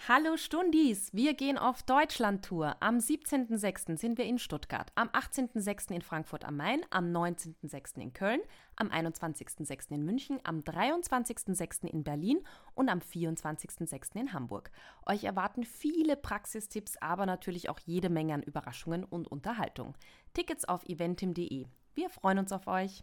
Hallo Stundis, wir gehen auf Deutschlandtour. Am 17.06. sind wir in Stuttgart, am 18.06. in Frankfurt am Main, am 19.06. in Köln, am 21.06. in München, am 23.06. in Berlin und am 24.06. in Hamburg. Euch erwarten viele Praxistipps, aber natürlich auch jede Menge an Überraschungen und Unterhaltung. Tickets auf eventim.de. Wir freuen uns auf euch.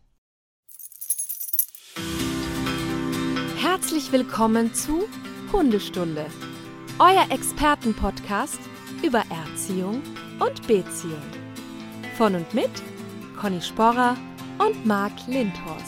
Herzlich willkommen zu Hundestunde, euer Expertenpodcast über Erziehung und Beziehung. Von und mit Conny Sporrer und Marc Lindhorst.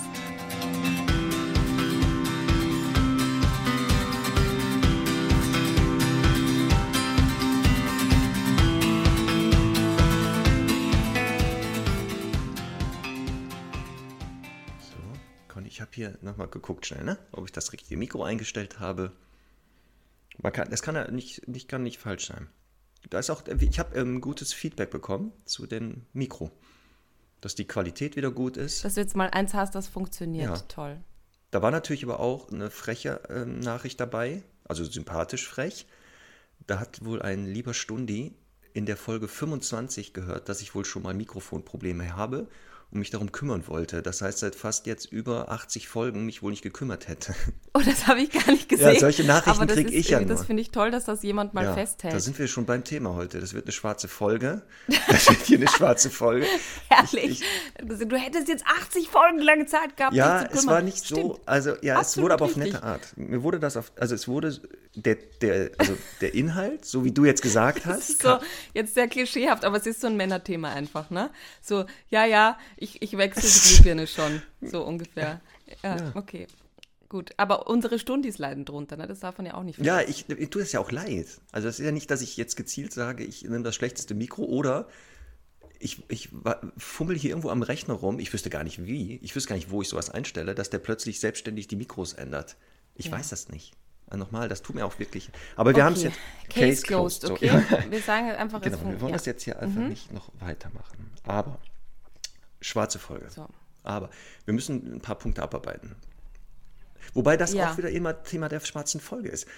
So, Conny, ich habe hier nochmal geguckt schnell, ne? Ob ich das richtige Mikro eingestellt habe. Das kann ja nicht falsch sein. Ich habe gutes Feedback bekommen zu dem Mikro, dass die Qualität wieder gut ist. Dass du jetzt mal eins hast, das funktioniert. Ja. Toll. Da war natürlich aber auch eine freche Nachricht dabei, also sympathisch frech. Da hat wohl ein lieber Stundi in der Folge 25 gehört, dass ich wohl schon mal Mikrofonprobleme habe und mich darum kümmern wollte. Das heißt, seit fast jetzt über 80 Folgen mich wohl nicht gekümmert hätte. Oh, das habe ich gar nicht gesehen. Ja, solche Nachrichten kriege ich ja nur. Das finde ich toll, dass das jemand mal festhält. Da sind wir schon beim Thema heute. Das wird eine schwarze Folge. Das wird hier eine schwarze Folge. Herrlich. Du hättest jetzt 80 Folgen lange Zeit gehabt. Ja, es war nicht so. Stimmt. Also ja, Absolut es wurde aber auf richtig. nette Art. Mir wurde das es wurde der Inhalt, so wie du jetzt gesagt hast. Das ist so jetzt sehr klischeehaft, aber es ist so ein Männerthema einfach, ne? So, ich wechsle die Glühbirne schon, so ungefähr. Ja, okay. Gut, aber unsere Stundis leiden drunter, ne? Das darf man ja auch nicht vergessen. Ja, ich tue es ja auch leid. Also es ist ja nicht, dass ich jetzt gezielt sage, ich nehme das schlechteste Mikro oder ich fummel hier irgendwo am Rechner rum, ich wüsste gar nicht wie, ich wüsste gar nicht, wo ich sowas einstelle, dass der plötzlich selbstständig die Mikros ändert. Ich weiß das nicht. Nochmal, das tut mir auch wirklich. Aber wir haben es jetzt. Case closed, so. Okay. Wir sagen einfach, genau, wir wollen das jetzt hier einfach nicht noch weitermachen. Aber, schwarze Folge. So. Aber wir müssen ein paar Punkte abarbeiten. Wobei das auch wieder immer Thema der schwarzen Folge ist.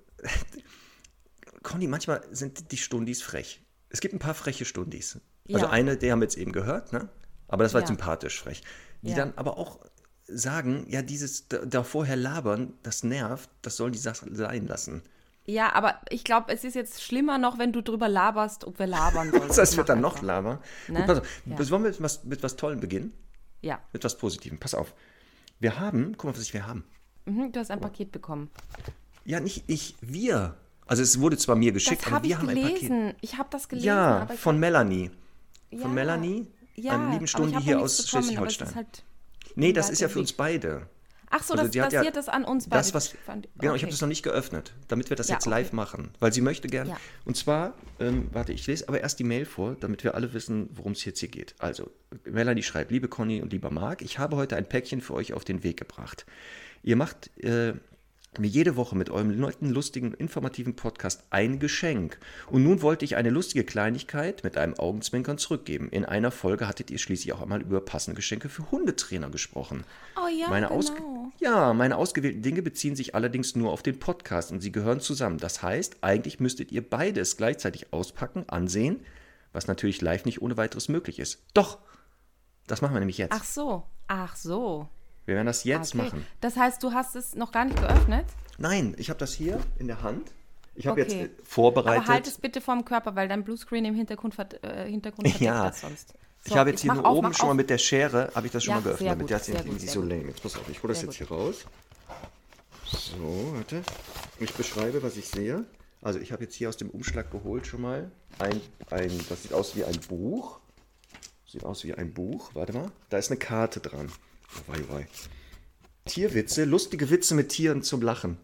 Conny, manchmal sind die Stundis frech. Es gibt ein paar freche Stundis. Also eine, die haben wir jetzt eben gehört, ne? Aber das war sympathisch frech. Die dann aber auch sagen, ja, dieses da vorher labern, das nervt, das soll die Sache sein lassen. Ja, aber ich glaube, es ist jetzt schlimmer noch, wenn du drüber laberst, ob wir labern sollen. Das wird dann noch labern. Ne? Gut, pass auf. Wollen wir mit was Tollem beginnen? Ja. Mit was Positivem. Pass auf. Guck mal, was wir haben. Du hast ein Paket bekommen. Ja, nicht ich, wir. Also es wurde zwar mir geschickt, aber wir haben ein Paket. Ich habe das gelesen. Ja, von Melanie. Von Melanie, einem lieben Stundi hier aus Schleswig-Holstein. Nee, das ist ja für uns beide. Ach so, also das passiert das an uns beide. Genau, ich habe das noch nicht geöffnet, damit wir das jetzt live machen, weil sie möchte gerne. Ja. Und zwar, ich lese aber erst die Mail vor, damit wir alle wissen, worum es jetzt hier geht. Also, Melanie schreibt, liebe Conny und lieber Marc, ich habe heute ein Päckchen für euch auf den Weg gebracht. Ihr macht mir jede Woche mit eurem neuen, lustigen, informativen Podcast ein Geschenk. Und nun wollte ich eine lustige Kleinigkeit mit einem Augenzwinkern zurückgeben. In einer Folge hattet ihr schließlich auch einmal über passende Geschenke für Hundetrainer gesprochen. Oh ja, meine ausgewählten Dinge beziehen sich allerdings nur auf den Podcast und sie gehören zusammen. Das heißt, eigentlich müsstet ihr beides gleichzeitig auspacken, ansehen, was natürlich live nicht ohne weiteres möglich ist. Doch, das machen wir nämlich jetzt. Ach so. Wir werden das jetzt machen. Das heißt, du hast es noch gar nicht geöffnet? Nein, ich habe das hier in der Hand. Ich habe jetzt vorbereitet. Aber halt es bitte vorm Körper, weil dein Bluescreen im Hintergrund verdeckt das sonst. So, ich habe jetzt hier nur oben schon mal mit der Schere, habe ich das schon mal geöffnet, damit das nicht so lame. Jetzt pass auf, ich hole das jetzt hier raus. So, warte. Ich beschreibe, was ich sehe. Also ich habe jetzt hier aus dem Umschlag geholt schon mal das sieht aus wie ein Buch. Warte mal. Da ist eine Karte dran. Oh, wei. Tierwitze, lustige Witze mit Tieren zum Lachen.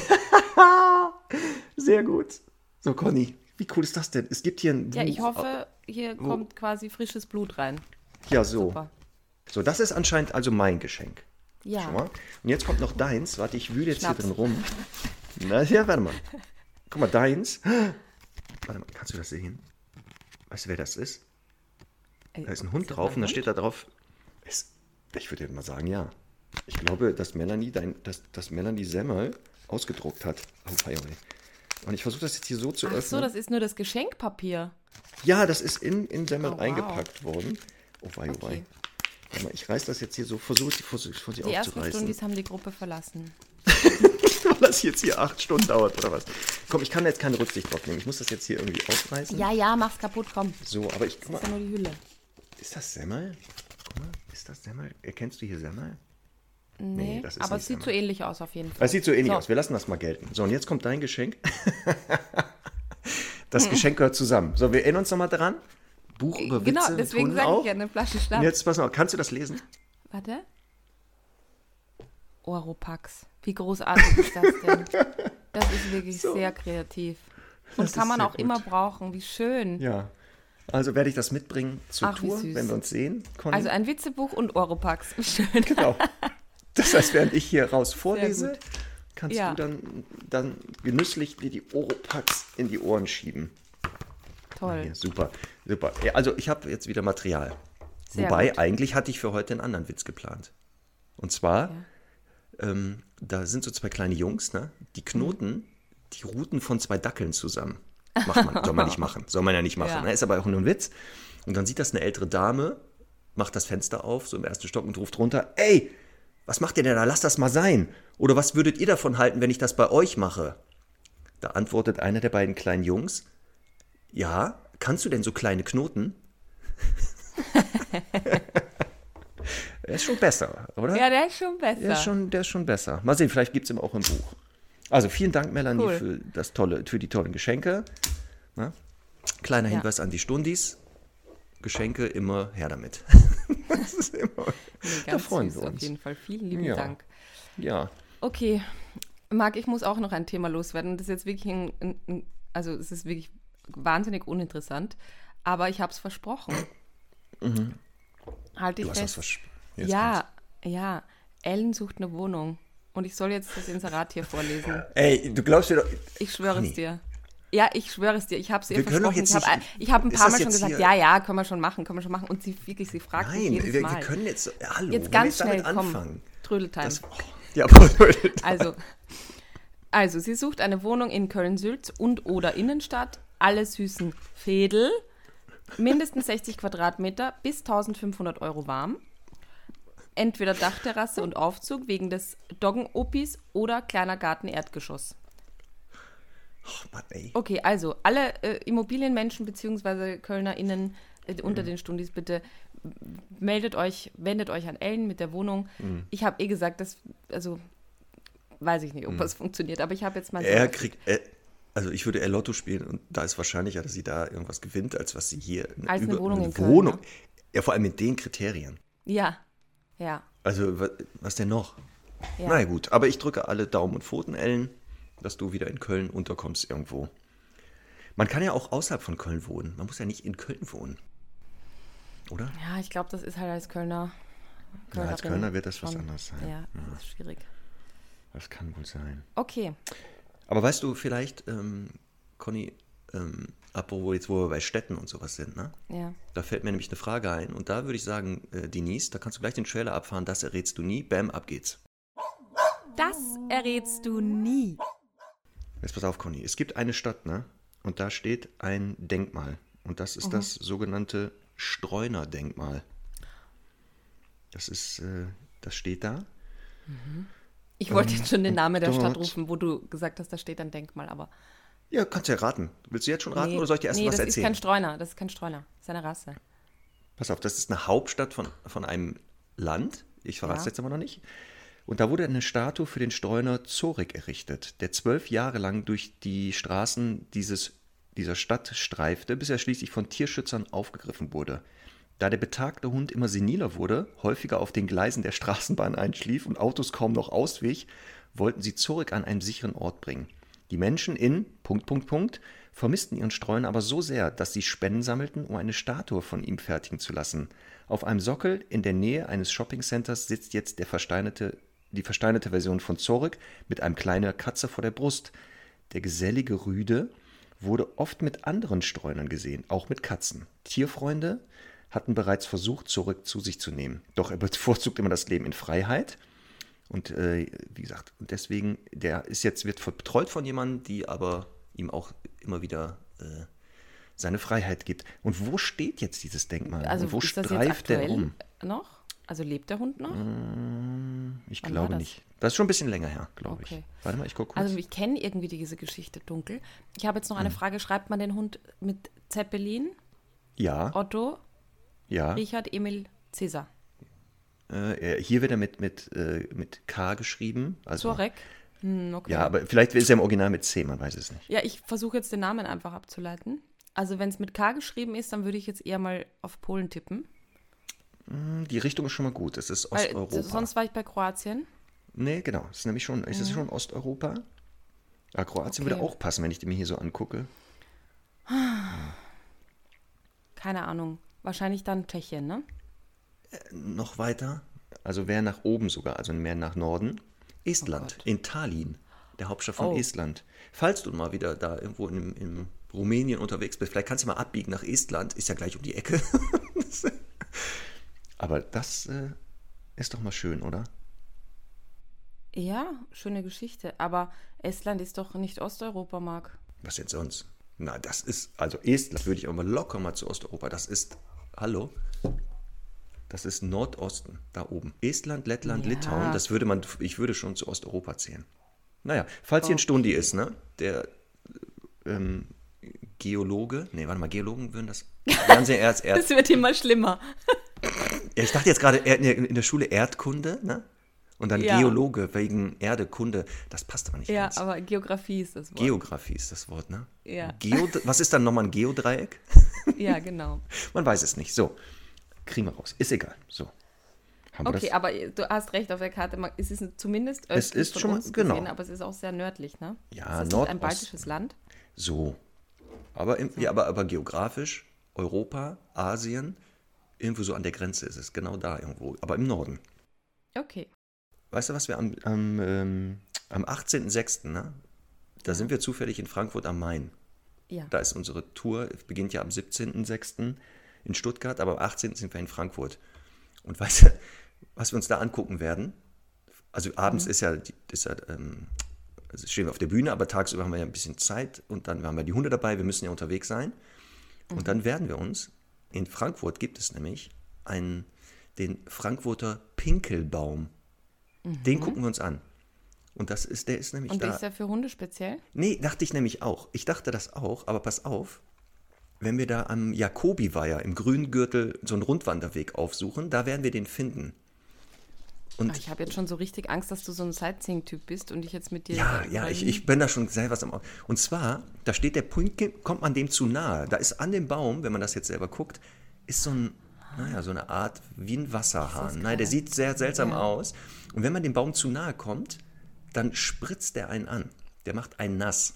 Sehr gut. So, Conny, wie cool ist das denn? Es gibt hier ein Buch. Ja, ich hoffe, hier kommt quasi frisches Blut rein. Ja, so. Super. So, das ist anscheinend also mein Geschenk. Ja. Schau mal. Und jetzt kommt noch deins. Warte, ich wühle jetzt hier drin rum. Na ja, warte mal. Guck mal, deins. Warte mal, kannst du das sehen? Weißt du, wer das ist? Da ist ein Hund drauf und da steht da drauf, ich würde mal sagen, ja. Ich glaube, dass Melanie Semmel ausgedruckt hat. Und ich versuche das jetzt hier so zu öffnen. Ach so, das ist nur das Geschenkpapier. Ja, das ist in Semmel wow. eingepackt worden. Oh wei. Warte mal, ich reiß das jetzt hier so, versuche sie aufzureißen. Die ersten Stundis haben die Gruppe verlassen. Weil das jetzt hier 8 Stunden dauert, oder was? Komm, ich kann jetzt keine Rücksicht drauf nehmen. Ich muss das jetzt hier irgendwie aufreißen. Ja, mach's kaputt, komm. So, aber ich... Das ist ja nur die Hülle. Ist das Semmel? Guck mal, ist das Semmel? Erkennst du hier Semmel? Nee, das ist aber nicht es sieht Semmel. so ähnlich aus auf jeden Fall. Es sieht so ähnlich aus. Wir lassen das mal gelten. So, und jetzt kommt dein Geschenk. Das Geschenk gehört zusammen. So, wir erinnern uns nochmal dran. Buch über Witze. Genau, deswegen sage ich ja eine Flasche Schnaps. Jetzt, pass mal, kannst du das lesen? Warte. Oropax. Wie großartig ist das denn? Das ist wirklich sehr kreativ. Und kann man auch immer brauchen. Wie schön. Ja. Also werde ich das mitbringen zur Tour, wenn wir uns sehen. Conny. Also ein Witzebuch und Oropax. Schön. Genau. Das heißt, während ich hier raus vorlese, kannst du dann genüsslich dir die Oropax in die Ohren schieben. Toll. Ja, super. Ja, also ich habe jetzt wieder Material. Sehr Wobei, gut. eigentlich hatte ich für heute einen anderen Witz geplant. Und zwar, da sind so 2 kleine Jungs, ne? Die knoten die Ruten von 2 Dackeln zusammen. Soll man nicht machen. Soll man ja nicht machen. Ja. Ne? Ist aber auch nur ein Witz. Und dann sieht das eine ältere Dame, macht das Fenster auf, so im ersten Stock und ruft runter, ey, was macht ihr denn da? Lasst das mal sein. Oder was würdet ihr davon halten, wenn ich das bei euch mache? Da antwortet einer der beiden kleinen Jungs, ja, kannst du denn so kleine Knoten? Der ist schon besser, oder? Ja, der ist schon besser. Der ist schon besser. Mal sehen, vielleicht gibt es ihn auch im Buch. Also vielen Dank, Melanie, für die tollen Geschenke. Na? Kleiner Hinweis an die Stundis. Geschenke immer her damit. Das ist immer, da freuen wir uns. Auf jeden Fall. Vielen lieben Dank. Ja. Okay, Marc, ich muss auch noch ein Thema loswerden. Das ist jetzt wirklich also es ist wirklich wahnsinnig uninteressant, aber ich habe es versprochen. Halte ich Du hast das fest. versprochen. Ja. Ellen sucht eine Wohnung. Und ich soll jetzt das Inserat hier vorlesen. Ey, du glaubst mir doch... Ich schwöre es dir. Ja, ich schwöre es dir. Ich habe es ihr versprochen. Ich habe ein Ist paar das Mal schon jetzt gesagt, hier- ja, können wir schon machen. Und sie fragt mich Nein, jedes Mal. wir können jetzt... Hallo, Jetzt wenn ganz wir jetzt schnell, damit komm. anfangen. Trödeltime. Ja, Also, sie sucht eine Wohnung in Köln-Sülz und/oder Innenstadt. Alle süßen Fädel. Mindestens 60 Quadratmeter bis 1.500 € warm. Entweder Dachterrasse und Aufzug wegen des Doggen-Opis oder kleiner Garten Erdgeschoss. Oh Mann, ey. Okay, also alle Immobilienmenschen bzw. KölnerInnen unter den Stundis, bitte wendet euch an Ellen mit der Wohnung. Ich habe gesagt, weiß ich nicht, ob das funktioniert, aber ich habe jetzt mal Also ich würde Lotto spielen und da ist wahrscheinlicher, dass sie da irgendwas gewinnt, als was sie hier... Als eine Wohnung in Köln, ne? Ja, vor allem mit den Kriterien. Ja. Also, was denn noch? Ja. Na ja, gut, aber ich drücke alle Daumen und Pfoten, Ellen, dass du wieder in Köln unterkommst irgendwo. Man kann ja auch außerhalb von Köln wohnen. Man muss ja nicht in Köln wohnen. Oder? Ja, ich glaube, das ist halt als Kölner. Als Kölner wird das was anderes sein. Ja, das ist schwierig. Das kann wohl sein. Okay. Aber weißt du, vielleicht, Conny, apropos jetzt, wo wir bei Städten und sowas sind, ne? Ja. Da fällt mir nämlich eine Frage ein. Und da würde ich sagen, Denise, da kannst du gleich den Trailer abfahren. Das errätst du nie. Bam, ab geht's. Das errätst du nie. Jetzt pass auf, Conny. Es gibt eine Stadt, ne? Und da steht ein Denkmal. Und das ist das sogenannte Streuner-Denkmal. Das steht da. Ich wollte jetzt schon den Namen der Stadt dort- rufen, wo du gesagt hast, da steht ein Denkmal, aber... Ja, kannst du ja raten. Willst du jetzt schon raten oder soll ich dir erst was das erzählen? Das ist kein Streuner. Das ist eine Rasse. Pass auf, das ist eine Hauptstadt von einem Land. Ich verrate es Ja. jetzt aber noch nicht. Und da wurde eine Statue für den Streuner Zorik errichtet, der 12 Jahre lang durch die Straßen dieser Stadt streifte, bis er schließlich von Tierschützern aufgegriffen wurde. Da der betagte Hund immer seniler wurde, häufiger auf den Gleisen der Straßenbahn einschlief und Autos kaum noch auswich, wollten sie Zorik an einen sicheren Ort bringen. Die Menschen in ... vermissten ihren Streuner aber so sehr, dass sie Spenden sammelten, um eine Statue von ihm fertigen zu lassen. Auf einem Sockel in der Nähe eines Shoppingcenters sitzt jetzt die versteinerte Version von Zorik mit einem kleinen Katze vor der Brust. Der gesellige Rüde wurde oft mit anderen Streunern gesehen, auch mit Katzen. Tierfreunde hatten bereits versucht, Zorik zu sich zu nehmen. Doch er bevorzugt immer das Leben in Freiheit. Und wie gesagt, und deswegen, wird betreut von jemandem, die aber ihm auch immer wieder seine Freiheit gibt. Und wo steht jetzt dieses Denkmal? Also und wo ist das streift jetzt der rum? noch? Also lebt der Hund noch? Ich glaube nicht. Das ist schon ein bisschen länger her, glaube ich. Warte mal, ich gucke kurz. Also ich kenne irgendwie diese Geschichte dunkel. Ich habe jetzt noch eine Frage. Schreibt man den Hund mit Zeppelin? Ja. Otto? Ja. Richard, Emil, Cäsar? Hier wird er mit K geschrieben. Also, Zorek? Okay. Ja, aber vielleicht ist er im Original mit C, man weiß es nicht. Ja, ich versuche jetzt den Namen einfach abzuleiten. Also wenn es mit K geschrieben ist, dann würde ich jetzt eher mal auf Polen tippen. Die Richtung ist schon mal gut. Es ist Osteuropa. Sonst war ich bei Kroatien. Nee, genau. Es ist nämlich schon, ist es schon Osteuropa? Ja, Kroatien würde auch passen, wenn ich die mir hier so angucke. Keine Ahnung. Wahrscheinlich dann Tschechien, ne? Noch weiter, also wäre nach oben sogar, also mehr nach Norden. Estland, in Tallinn, der Hauptstadt von Estland. Falls du mal wieder da irgendwo in Rumänien unterwegs bist, vielleicht kannst du mal abbiegen nach Estland, ist ja gleich um die Ecke. Aber das ist doch mal schön, oder? Ja, schöne Geschichte. Aber Estland ist doch nicht Osteuropa, Marc. Was denn sonst? Na, das ist, also Estland würde ich aber locker mal zu Osteuropa. Das ist, hallo? Das ist Nordosten, da oben. Estland, Lettland, Litauen, das würde ich würde schon zu Osteuropa zählen. Naja, falls hier ein Stundi ist, ne? Der Geologe, Geologen würden das. Das wird immer schlimmer. Ja, ich dachte jetzt gerade in der Schule Erdkunde, ne? Und dann Geologe wegen Erdekunde. Das passt aber nicht ganz. Ja, aber Geografie ist das Wort. Geografie ist das Wort, ne? Ja. Was ist dann nochmal ein Geodreieck? Ja, genau. Man weiß es nicht. So, kriegen wir raus. Ist egal. So. Okay, aber du hast recht, auf der Karte, es ist zumindest östlich von uns gesehen, aber es ist auch sehr nördlich, ne? Ja, ist das nicht ein baltisches Land? So. Aber geografisch, Europa, Asien, irgendwo so an der Grenze ist es, genau da irgendwo, aber im Norden. Okay. Weißt du, was wir am 18.06., ne? Da sind wir zufällig in Frankfurt am Main. Ja. Da ist unsere Tour, beginnt ja am 17.06. in Stuttgart, aber am 18. sind wir in Frankfurt. Und weißt du, was wir uns da angucken werden? Also abends stehen wir auf der Bühne, aber tagsüber haben wir ja ein bisschen Zeit und dann haben wir die Hunde dabei, wir müssen ja unterwegs sein. Und dann werden wir uns, in Frankfurt gibt es nämlich den Frankfurter Pinkelbaum. Den gucken wir uns an. Und der ist nämlich Und ist der für Hunde speziell? Nee, dachte ich nämlich auch. Ich dachte das auch, aber pass auf, wenn wir da am Jakobiweiher im grünen Gürtel so einen Rundwanderweg aufsuchen, da werden wir den finden. Und ich habe jetzt schon so richtig Angst, dass du so ein Sightseeing-Typ bist und ich jetzt mit dir... Ja, ich bin da schon selber am... Und zwar, da steht der Punkt, kommt man dem zu nahe. Da ist an dem Baum, wenn man das jetzt selber guckt, ist so eine Art wie ein Wasserhahn. Nein, der sieht sehr seltsam aus. Und wenn man dem Baum zu nahe kommt, dann spritzt der einen an. Der macht einen nass.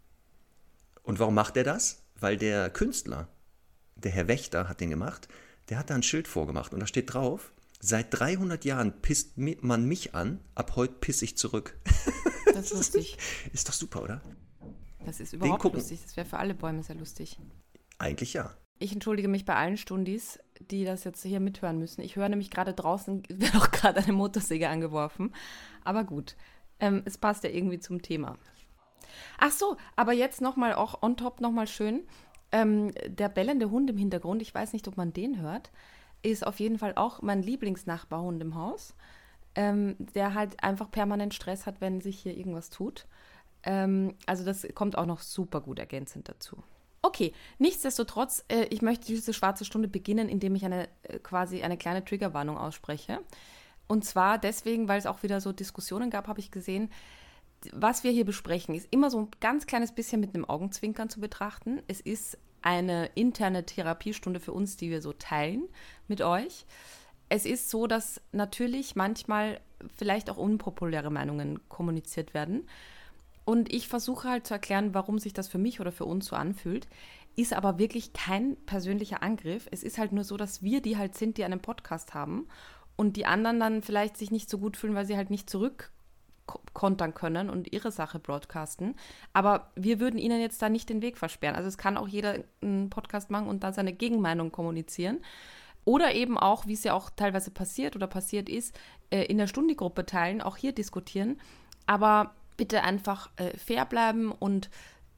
Und warum macht der das? Weil der Künstler, der Herr Wächter hat den gemacht, der hat da ein Schild vorgemacht und da steht drauf: Seit 300 Jahren pisst man mich an, ab heute pisse ich zurück. Das ist lustig. Ist doch super, oder? Das ist überhaupt lustig. Das wäre für alle Bäume sehr lustig. Eigentlich ja. Ich entschuldige mich bei allen Stundis, die das jetzt hier mithören müssen. Ich höre nämlich gerade draußen, wird auch gerade eine Motorsäge angeworfen. Aber gut, es passt ja irgendwie zum Thema. Ach so, aber jetzt nochmal auch on top nochmal schön. Der bellende Hund im Hintergrund, ich weiß nicht, ob man den hört, ist auf jeden Fall auch mein Lieblingsnachbarhund im Haus, der halt einfach permanent Stress hat, wenn sich hier irgendwas tut. Also das kommt auch noch super gut ergänzend dazu. Okay, nichtsdestotrotz, ich möchte diese schwarze Stunde beginnen, indem ich quasi eine kleine Triggerwarnung ausspreche. Und zwar deswegen, weil es auch wieder so Diskussionen gab, habe ich gesehen, was wir hier besprechen, ist immer so ein ganz kleines bisschen mit einem Augenzwinkern zu betrachten. Es ist eine interne Therapiestunde für uns, die wir so teilen mit euch. Es ist so, dass natürlich manchmal vielleicht auch unpopuläre Meinungen kommuniziert werden. Und ich versuche halt zu erklären, warum sich das für mich oder für uns so anfühlt. Ist aber wirklich kein persönlicher Angriff. Es ist halt nur so, dass wir die halt sind, die einen Podcast haben und die anderen dann vielleicht sich nicht so gut fühlen, weil sie halt nicht zurückkontern können und ihre Sache broadcasten. Aber wir würden ihnen jetzt da nicht den Weg versperren. Also es kann auch jeder einen Podcast machen und dann seine Gegenmeinung kommunizieren. Oder eben auch, wie es ja auch teilweise passiert oder passiert ist, in der Stundi-Gruppe teilen, auch hier diskutieren. Aber bitte einfach fair bleiben und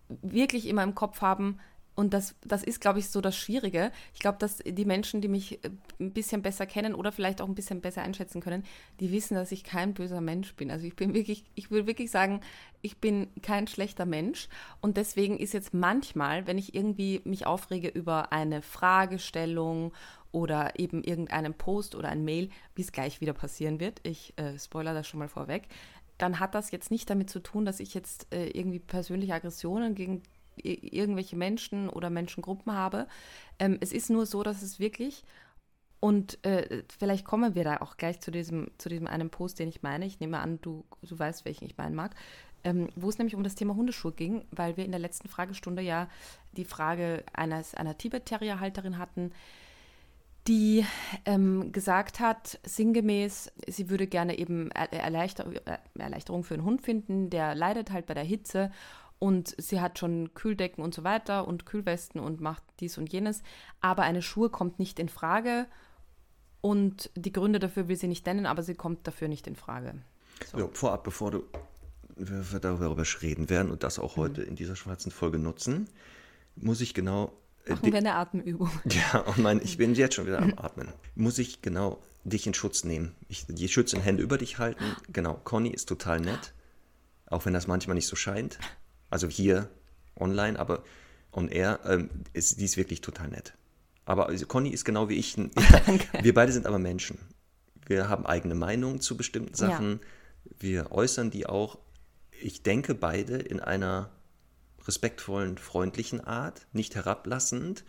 wirklich immer im Kopf haben, und das ist, glaube ich, so das Schwierige. Ich glaube, dass die Menschen, die mich ein bisschen besser kennen oder vielleicht auch ein bisschen besser einschätzen können, die wissen, dass ich kein böser Mensch bin. Also ich würde wirklich sagen, ich bin kein schlechter Mensch. Und deswegen ist jetzt manchmal, wenn ich irgendwie mich aufrege über eine Fragestellung oder eben irgendeinen Post oder ein Mail, wie es gleich wieder passieren wird, ich spoilere das schon mal vorweg, dann hat das jetzt nicht damit zu tun, dass ich jetzt irgendwie persönliche Aggressionen gegen irgendwelche Menschen oder Menschengruppen habe. Es ist nur so, dass es wirklich, und vielleicht kommen wir da auch gleich zu diesem einen Post, den ich meine. Ich nehme an, du weißt, welchen ich meinen mag. Wo es nämlich um das Thema Hundeschuhe ging, weil wir in der letzten Fragestunde ja die Frage einer Tibet-Terrier-Halterin hatten, die gesagt hat, sinngemäß, sie würde gerne eben Erleichterung für einen Hund finden, der leidet halt bei der Hitze. Und sie hat schon Kühldecken und so weiter und Kühlwesten und macht dies und jenes. Aber eine Schuhe kommt nicht in Frage. Und die Gründe dafür will sie nicht nennen, aber sie kommt dafür nicht in Frage. So. Ja, vorab, bevor wir darüber reden werden und das auch heute in dieser schwarzen Folge nutzen, muss ich genau... Machen wir eine Atemübung. Ja, ich bin jetzt schon wieder am Atmen. Muss ich genau dich in Schutz nehmen. Die schützenden Hände über dich halten. Genau, Conny ist total nett. Auch wenn das manchmal nicht so scheint. Also hier online, aber on air, die ist wirklich total nett. Aber Conny ist genau wie ich. Wir beide sind aber Menschen. Wir haben eigene Meinungen zu bestimmten Sachen. Ja. Wir äußern die auch. Ich denke beide in einer respektvollen, freundlichen Art, nicht herablassend.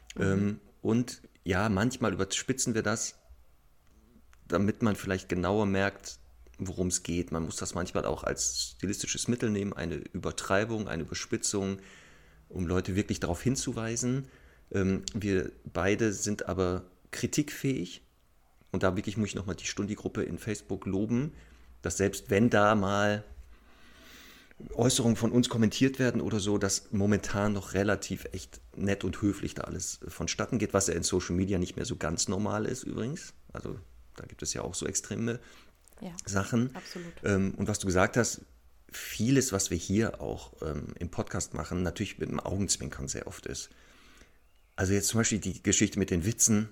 Und ja, manchmal überspitzen wir das, damit man vielleicht genauer merkt, worum es geht. Man muss das manchmal auch als stilistisches Mittel nehmen, eine Übertreibung, eine Überspitzung, um Leute wirklich darauf hinzuweisen. Wir beide sind aber kritikfähig und da wirklich muss ich nochmal die Stundi-Gruppe in Facebook loben, dass selbst wenn da mal Äußerungen von uns kommentiert werden oder so, dass momentan noch relativ echt nett und höflich da alles vonstatten geht, was ja in Social Media nicht mehr so ganz normal ist übrigens. Also da gibt es ja auch so extreme Sachen. Absolut. Und was du gesagt hast, vieles, was wir hier auch im Podcast machen, natürlich mit dem Augenzwinkern sehr oft ist. Also jetzt zum Beispiel die Geschichte mit den Witzen.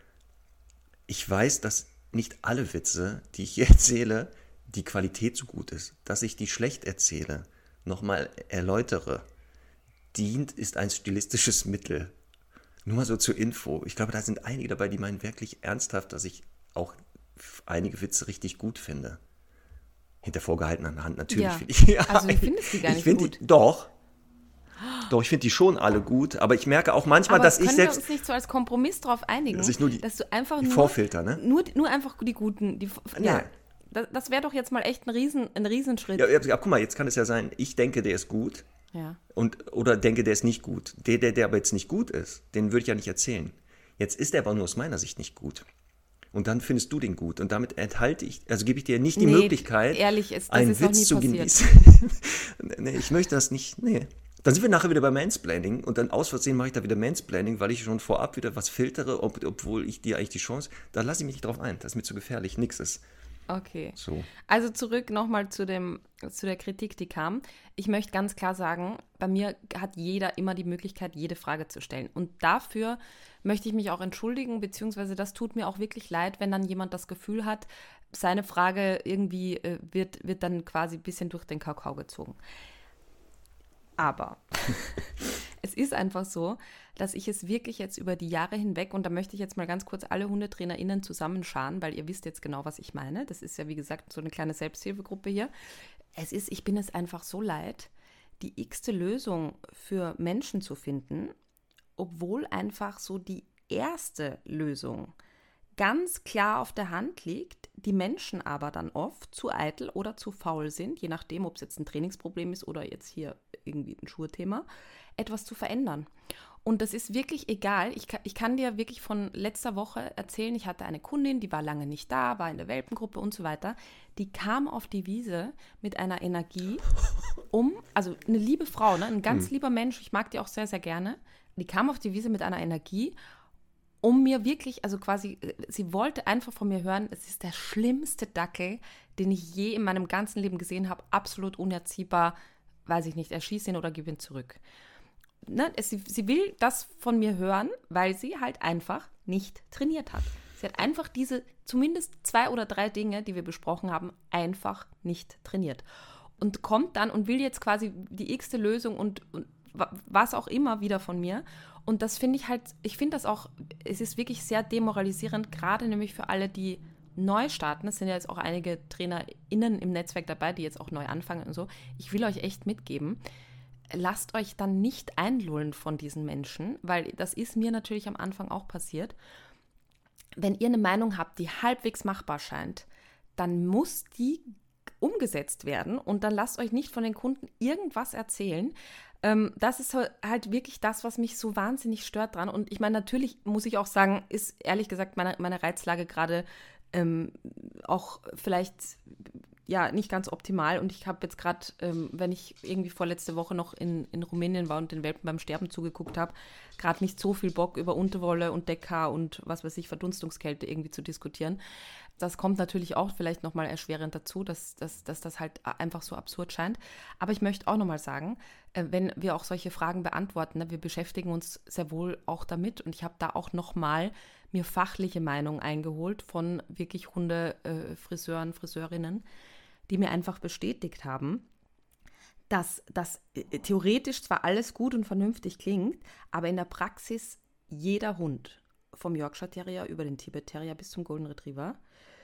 Ich weiß, dass nicht alle Witze, die ich hier erzähle, die Qualität so gut ist. Dass ich die schlecht erzähle, nochmal erläutere, ist ein stilistisches Mittel. Nur mal so zur Info. Ich glaube, da sind einige dabei, die meinen wirklich ernsthaft, dass ich auch einige Witze richtig gut finde. Hinter vorgehaltener Hand natürlich. Ja. Finde ich. Also du findest die gar nicht gut. Doch, ich finde die schon alle gut, aber ich merke auch manchmal, dass ich selbst... können wir uns nicht so als Kompromiss drauf einigen, dass du einfach die Vorfilter, ne? Nur einfach die guten... Das wäre doch jetzt mal echt ein Riesenschritt. Ja, guck mal, jetzt kann es ja sein, ich denke, der ist gut oder denke, der ist nicht gut. Der aber jetzt nicht gut ist, den würde ich ja nicht erzählen. Jetzt ist der aber nur aus meiner Sicht nicht gut. Und dann findest du den gut. Und damit gebe ich dir nicht die Möglichkeit, einen Witz zu genießen. Nee, ich möchte das nicht, nee. Dann sind wir nachher wieder bei Mansplaining und dann aus Versehen mache ich da wieder Mansplaining, weil ich schon vorab wieder was filtere, obwohl ich dir eigentlich die Chance, da lasse ich mich nicht drauf ein. Das ist mir zu gefährlich, nix ist. Okay. So. Also zurück nochmal zu der Kritik, die kam. Ich möchte ganz klar sagen, bei mir hat jeder immer die Möglichkeit, jede Frage zu stellen. Und dafür möchte ich mich auch entschuldigen, beziehungsweise das tut mir auch wirklich leid, wenn dann jemand das Gefühl hat, seine Frage irgendwie wird dann quasi ein bisschen durch den Kakao gezogen. Aber es ist einfach so, dass ich es wirklich jetzt über die Jahre hinweg, und da möchte ich jetzt mal ganz kurz alle HundetrainerInnen zusammenscharen, weil ihr wisst jetzt genau, was ich meine. Das ist ja, wie gesagt, so eine kleine Selbsthilfegruppe hier. Ich bin es einfach so leid, die x-te Lösung für Menschen zu finden, obwohl einfach so die erste Lösung ganz klar auf der Hand liegt, die Menschen aber dann oft zu eitel oder zu faul sind, je nachdem, ob es jetzt ein Trainingsproblem ist oder jetzt hier irgendwie ein Schuhthema, etwas zu verändern. Und das ist wirklich egal. Ich kann dir wirklich von letzter Woche erzählen, ich hatte eine Kundin, die war lange nicht da, war in der Welpengruppe und so weiter. Die kam auf die Wiese mit einer Energie, also eine liebe Frau, ne, ein ganz lieber Mensch, ich mag die auch sehr, sehr gerne. Die kam auf die Wiese mit einer Energie, um mir wirklich, also quasi, sie wollte einfach von mir hören, es ist der schlimmste Dackel, den ich je in meinem ganzen Leben gesehen habe, absolut unerziehbar, weiß ich nicht, erschieß ihn oder gib ihn zurück. Ne? Sie will das von mir hören, weil sie halt einfach nicht trainiert hat. Sie hat einfach diese zumindest 2 oder 3 Dinge, die wir besprochen haben, einfach nicht trainiert. Und kommt dann und will jetzt quasi die x-te Lösung und was auch immer wieder von mir. Und das finde ich halt, ich finde das auch, es ist wirklich sehr demoralisierend, gerade nämlich für alle, die neu starten. Es sind ja jetzt auch einige TrainerInnen im Netzwerk dabei, die jetzt auch neu anfangen und so. Ich will euch echt mitgeben, lasst euch dann nicht einlullen von diesen Menschen, weil das ist mir natürlich am Anfang auch passiert. Wenn ihr eine Meinung habt, die halbwegs machbar scheint, dann muss die umgesetzt werden und dann lasst euch nicht von den Kunden irgendwas erzählen. Das ist halt wirklich das, was mich so wahnsinnig stört dran. Und ich meine, natürlich muss ich auch sagen, ist ehrlich gesagt meine Reizlage gerade auch vielleicht ja nicht ganz optimal. Und ich habe jetzt gerade, wenn ich irgendwie vorletzte Woche noch in Rumänien war und den Welpen beim Sterben zugeguckt habe, gerade nicht so viel Bock über Unterwolle und Deckhaar und was weiß ich, Verdunstungskälte irgendwie zu diskutieren. Das kommt natürlich auch vielleicht nochmal erschwerend dazu, dass das halt einfach so absurd scheint. Aber ich möchte auch nochmal sagen, wenn wir auch solche Fragen beantworten, ne, wir beschäftigen uns sehr wohl auch damit und ich habe da auch nochmal mir fachliche Meinung eingeholt von wirklich Hundefriseuren, Friseurinnen, die mir einfach bestätigt haben, dass das theoretisch zwar alles gut und vernünftig klingt, aber in der Praxis jeder Hund, vom Yorkshire Terrier über den Tibet Terrier bis zum Golden Retriever,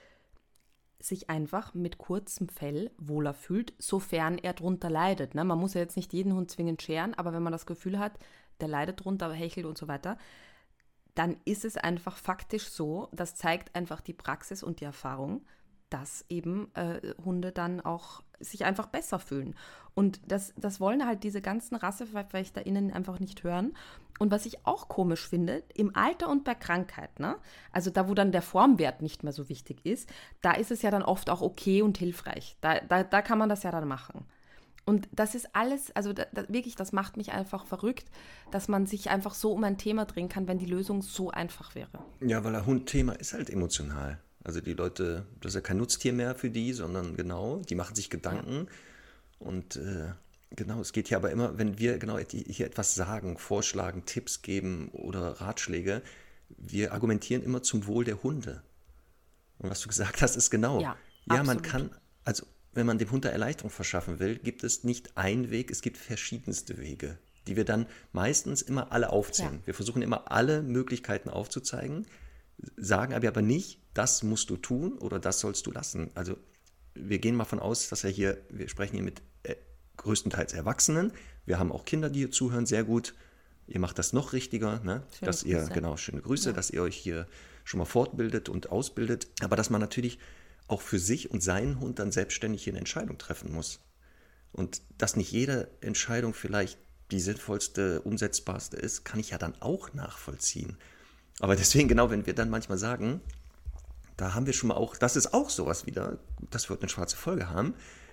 sich einfach mit kurzem Fell wohler fühlt, sofern er drunter leidet. Ne? Man muss ja jetzt nicht jeden Hund zwingend scheren, aber wenn man das Gefühl hat, der leidet drunter, hechelt und so weiter, dann ist es einfach faktisch so, das zeigt einfach die Praxis und die Erfahrung, dass eben Hunde dann auch sich einfach besser fühlen. Und das wollen halt diese ganzen RasseverfechterInnen einfach nicht hören. Und was ich auch komisch finde, im Alter und bei Krankheit, ne? Also da, wo dann der Formwert nicht mehr so wichtig ist, da ist es ja dann oft auch okay und hilfreich. Da kann man das ja dann machen. Und das ist alles, also wirklich, das macht mich einfach verrückt, dass man sich einfach so um ein Thema drehen kann, wenn die Lösung so einfach wäre. Ja, weil ein Hundthema ist halt emotional. Also die Leute, das ist ja kein Nutztier mehr für die, sondern genau, die machen sich Gedanken. Ja. Und genau, es geht ja aber immer, wenn wir genau hier etwas sagen, vorschlagen, Tipps geben oder Ratschläge, wir argumentieren immer zum Wohl der Hunde. Und was du gesagt hast, ist genau. Ja, man kann, also wenn man dem Hund da Erleichterung verschaffen will, gibt es nicht einen Weg, es gibt verschiedenste Wege, die wir dann meistens immer alle aufzählen. Ja. Wir versuchen immer alle Möglichkeiten aufzuzeigen, sagen aber nicht, das musst du tun oder das sollst du lassen. Also wir gehen mal von aus, dass wir sprechen hier mit größtenteils Erwachsenen. Wir haben auch Kinder, die hier zuhören, sehr gut. Ihr macht das noch richtiger, ne? Dass ihr, genau, schöne Grüße, ja, dass ihr euch hier schon mal fortbildet und ausbildet. Aber dass man natürlich auch für sich und seinen Hund dann selbstständig hier eine Entscheidung treffen muss. Und dass nicht jede Entscheidung vielleicht die sinnvollste, umsetzbarste ist, kann ich ja dann auch nachvollziehen. Aber deswegen, genau, wenn wir dann manchmal sagen, da haben wir schon mal auch, das ist auch sowas wieder, das wird eine schwarze Folge haben.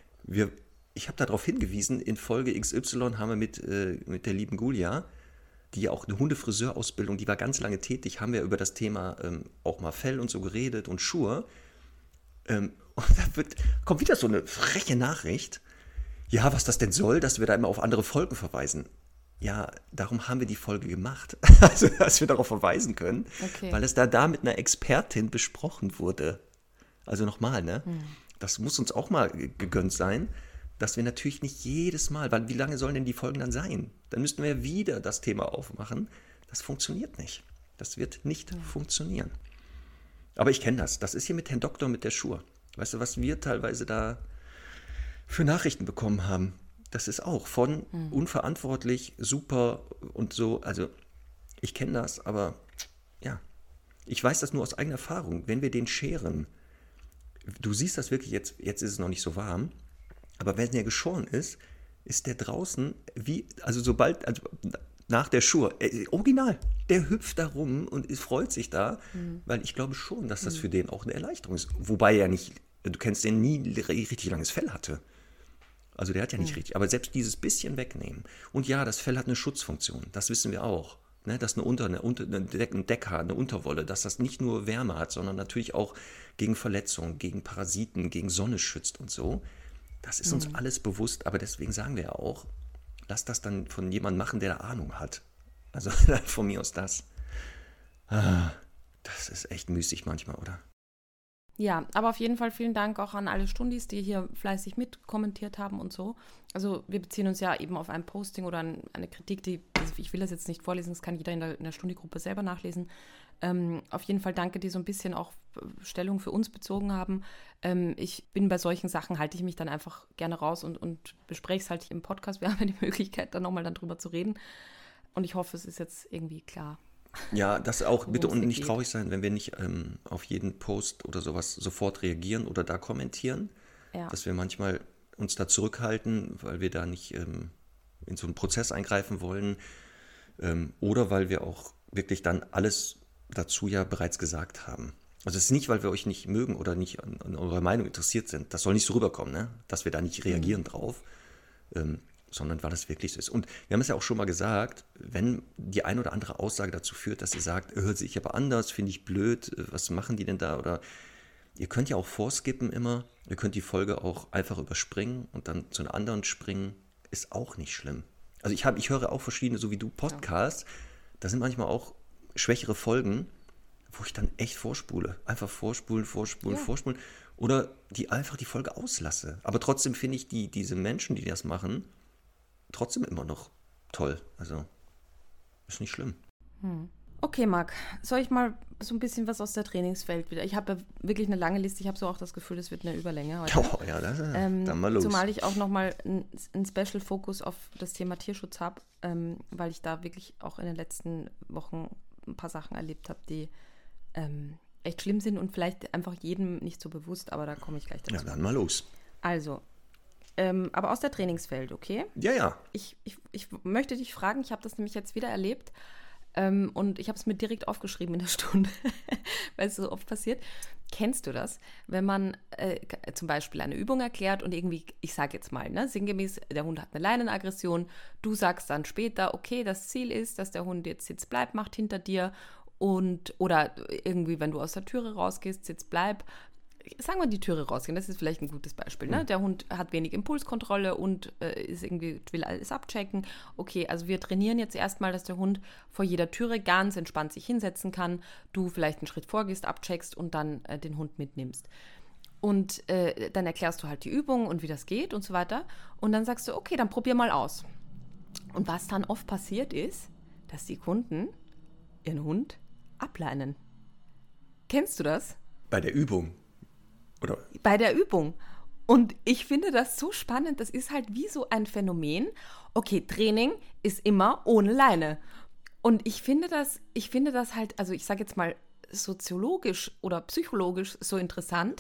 Ich habe darauf hingewiesen, in Folge XY haben wir mit der lieben Gulia, die ja auch eine Hundefriseurausbildung, die war ganz lange tätig, haben wir über das Thema auch mal Fell und so geredet und Schuhe. Und da kommt wieder so eine freche Nachricht, ja, was das denn soll, dass wir da immer auf andere Folgen verweisen. Ja, darum haben wir die Folge gemacht, also dass wir darauf verweisen können, weil es da mit einer Expertin besprochen wurde. Also nochmal, ne? Das muss uns auch mal gegönnt sein, dass wir natürlich nicht jedes Mal, weil wie lange sollen denn die Folgen dann sein? Dann müssten wir wieder das Thema aufmachen. Das funktioniert nicht. Das wird nicht funktionieren. Aber ich kenne das. Das ist hier mit Herrn Doktor, mit der Schur. Weißt du, was wir teilweise da für Nachrichten bekommen haben? Das ist auch von unverantwortlich, super und so. Also ich kenne das, aber ja, ich weiß das nur aus eigener Erfahrung. Wenn wir den scheren, du siehst das wirklich, jetzt ist es noch nicht so warm, aber wenn der geschoren ist der draußen nach der Schur, original, der hüpft da rum und freut sich da, weil ich glaube schon, dass das für den auch eine Erleichterung ist. Wobei er nicht, du kennst den, nie richtig langes Fell hatte. Also der hat ja nicht richtig, aber selbst dieses bisschen wegnehmen. Und ja, das Fell hat eine Schutzfunktion, das wissen wir auch. Ne, dass ein Deckhaar, eine Unterwolle, dass das nicht nur Wärme hat, sondern natürlich auch gegen Verletzungen, gegen Parasiten, gegen Sonne schützt und so. Das ist uns alles bewusst, aber deswegen sagen wir ja auch, lass das dann von jemandem machen, der da Ahnung hat. Also von mir aus das. Das ist echt müßig manchmal, oder? Ja, aber auf jeden Fall vielen Dank auch an alle Stundis, die hier fleißig mitkommentiert haben und so. Also wir beziehen uns ja eben auf ein Posting oder eine Kritik, ich will das jetzt nicht vorlesen, das kann jeder in der Stundi-Gruppe selber nachlesen. Auf jeden Fall danke, die so ein bisschen auch Stellung für uns bezogen haben. Ich bin bei solchen Sachen, halte ich mich dann einfach gerne raus und bespreche es halt im Podcast. Wir haben ja die Möglichkeit, dann nochmal drüber zu reden. Und ich hoffe, es ist jetzt irgendwie klar. Ja, das auch bitte und nicht traurig sein, wenn wir nicht auf jeden Post oder sowas sofort reagieren oder da kommentieren. Ja. Dass wir manchmal uns da zurückhalten, weil wir da nicht in so einen Prozess eingreifen wollen oder weil wir auch wirklich dann alles dazu ja bereits gesagt haben. Also es ist nicht, weil wir euch nicht mögen oder nicht an eurer Meinung interessiert sind. Das soll nicht so rüberkommen, ne? Dass wir da nicht reagieren drauf. Sondern weil es wirklich so ist. Und wir haben es ja auch schon mal gesagt, wenn die ein oder andere Aussage dazu führt, dass ihr sagt, hört sich aber anders, finde ich blöd, was machen die denn da? Oder ihr könnt ja auch vorskippen immer, ihr könnt die Folge auch einfach überspringen und dann zu einer anderen springen, ist auch nicht schlimm. Also ich höre auch verschiedene, so wie du, Podcasts, da sind manchmal auch schwächere Folgen, wo ich dann echt vorspule. Einfach vorspulen. Oder die einfach die Folge auslasse. Aber trotzdem finde ich diese Menschen, die das machen, trotzdem immer noch toll. Also, ist nicht schlimm. Okay, Marc, soll ich mal so ein bisschen was aus der Trainingswelt wieder? Ich habe ja wirklich eine lange Liste. Ich habe so auch das Gefühl, das wird eine Überlänge heute. Oh, ja, dann mal los. Zumal ich auch nochmal einen Special-Fokus auf das Thema Tierschutz habe, weil ich da wirklich auch in den letzten Wochen ein paar Sachen erlebt habe, die echt schlimm sind und vielleicht einfach jedem nicht so bewusst, aber da komme ich gleich dazu. Ja, dann mal los. Also, aber aus der Trainingswelt, okay? Ja. Ich möchte dich fragen, ich habe das nämlich jetzt wieder erlebt und ich habe es mir direkt aufgeschrieben in der Stunde, weil es so oft passiert. Kennst du das, wenn man zum Beispiel eine Übung erklärt und irgendwie, ich sage jetzt mal, ne, sinngemäß, der Hund hat eine Leinenaggression, du sagst dann später, okay, das Ziel ist, dass der Hund jetzt Sitz bleib macht hinter dir oder irgendwie, wenn du aus der Türe rausgehst, Sitz bleib, sagen wir die Türe rausgehen, das ist vielleicht ein gutes Beispiel. Ne? Der Hund hat wenig Impulskontrolle und will alles abchecken. Okay, also wir trainieren jetzt erstmal, dass der Hund vor jeder Türe ganz entspannt sich hinsetzen kann, du vielleicht einen Schritt vorgehst, abcheckst und dann den Hund mitnimmst. Und dann erklärst du halt die Übung und wie das geht und so weiter. Und dann sagst du, okay, dann probier mal aus. Und was dann oft passiert ist, dass die Kunden ihren Hund ableinen. Kennst du das? Bei der Übung? Oder? Bei der Übung. Und ich finde das so spannend, das ist halt wie so ein Phänomen. Okay, Training ist immer ohne Leine. Und ich finde das halt, also ich sage jetzt mal soziologisch oder psychologisch so interessant,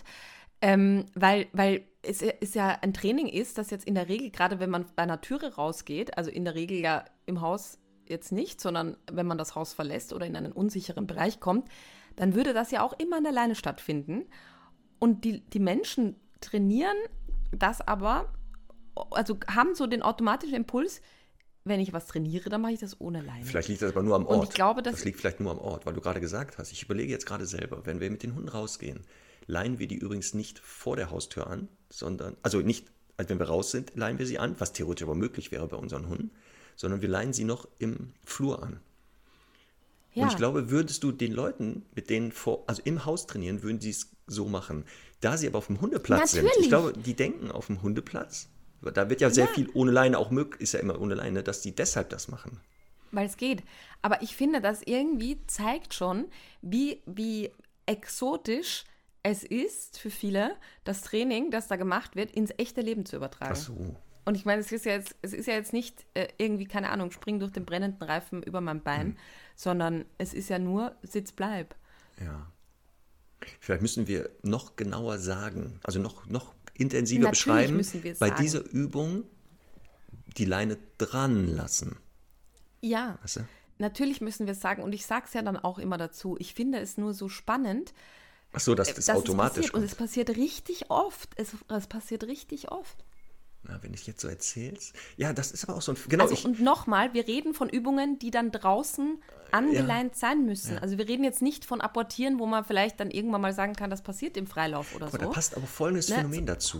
weil es ist ja ein Training ist, das jetzt in der Regel, gerade wenn man bei einer Türe rausgeht, also in der Regel ja im Haus jetzt nicht, sondern wenn man das Haus verlässt oder in einen unsicheren Bereich kommt, dann würde das ja auch immer an der Leine stattfinden. Und die Menschen trainieren das aber, also haben so den automatischen Impuls, wenn ich was trainiere, dann mache ich das ohne Leine. Vielleicht liegt das aber nur am Ort. Und ich glaube, das liegt vielleicht nur am Ort, weil du gerade gesagt hast, ich überlege jetzt gerade selber, wenn wir mit den Hunden rausgehen, leihen wir die übrigens nicht vor der Haustür an, sondern, also nicht, als wenn wir raus sind, leihen wir sie an, was theoretisch aber möglich wäre bei unseren Hunden, sondern wir leihen sie noch im Flur an. Ja. Und ich glaube, würdest du den Leuten, mit denen also im Haus trainieren, würden sie es so machen. Da sie aber auf dem Hundeplatz sind, ich glaube, die denken auf dem Hundeplatz, da wird ja sehr viel ohne Leine auch möglich, ist ja immer ohne Leine, dass die deshalb das machen. Weil es geht. Aber ich finde, das irgendwie zeigt schon, wie exotisch es ist für viele, das Training, das da gemacht wird, ins echte Leben zu übertragen. Ach so. Und ich meine, es ist ja jetzt nicht irgendwie, keine Ahnung, spring durch den brennenden Reifen über mein Bein, sondern es ist ja nur Sitz, bleib. Ja. Vielleicht müssen wir noch genauer sagen, also noch intensiver beschreiben, bei dieser Übung die Leine dran lassen. Ja, weißt du? Natürlich müssen wir es sagen. Und ich sage es ja dann auch immer dazu. Ich finde es nur so spannend. Ach so, dass das automatisch kommt. Und es passiert richtig oft. Es passiert richtig oft. Na, wenn du es jetzt so erzählst. Ja, das ist aber auch so ein... Genau, und nochmal, wir reden von Übungen, die dann draußen angeleint sein müssen. Ja. Also wir reden jetzt nicht von Apportieren, wo man vielleicht dann irgendwann mal sagen kann, das passiert im Freilauf oder so. Da passt aber folgendes Phänomen dazu.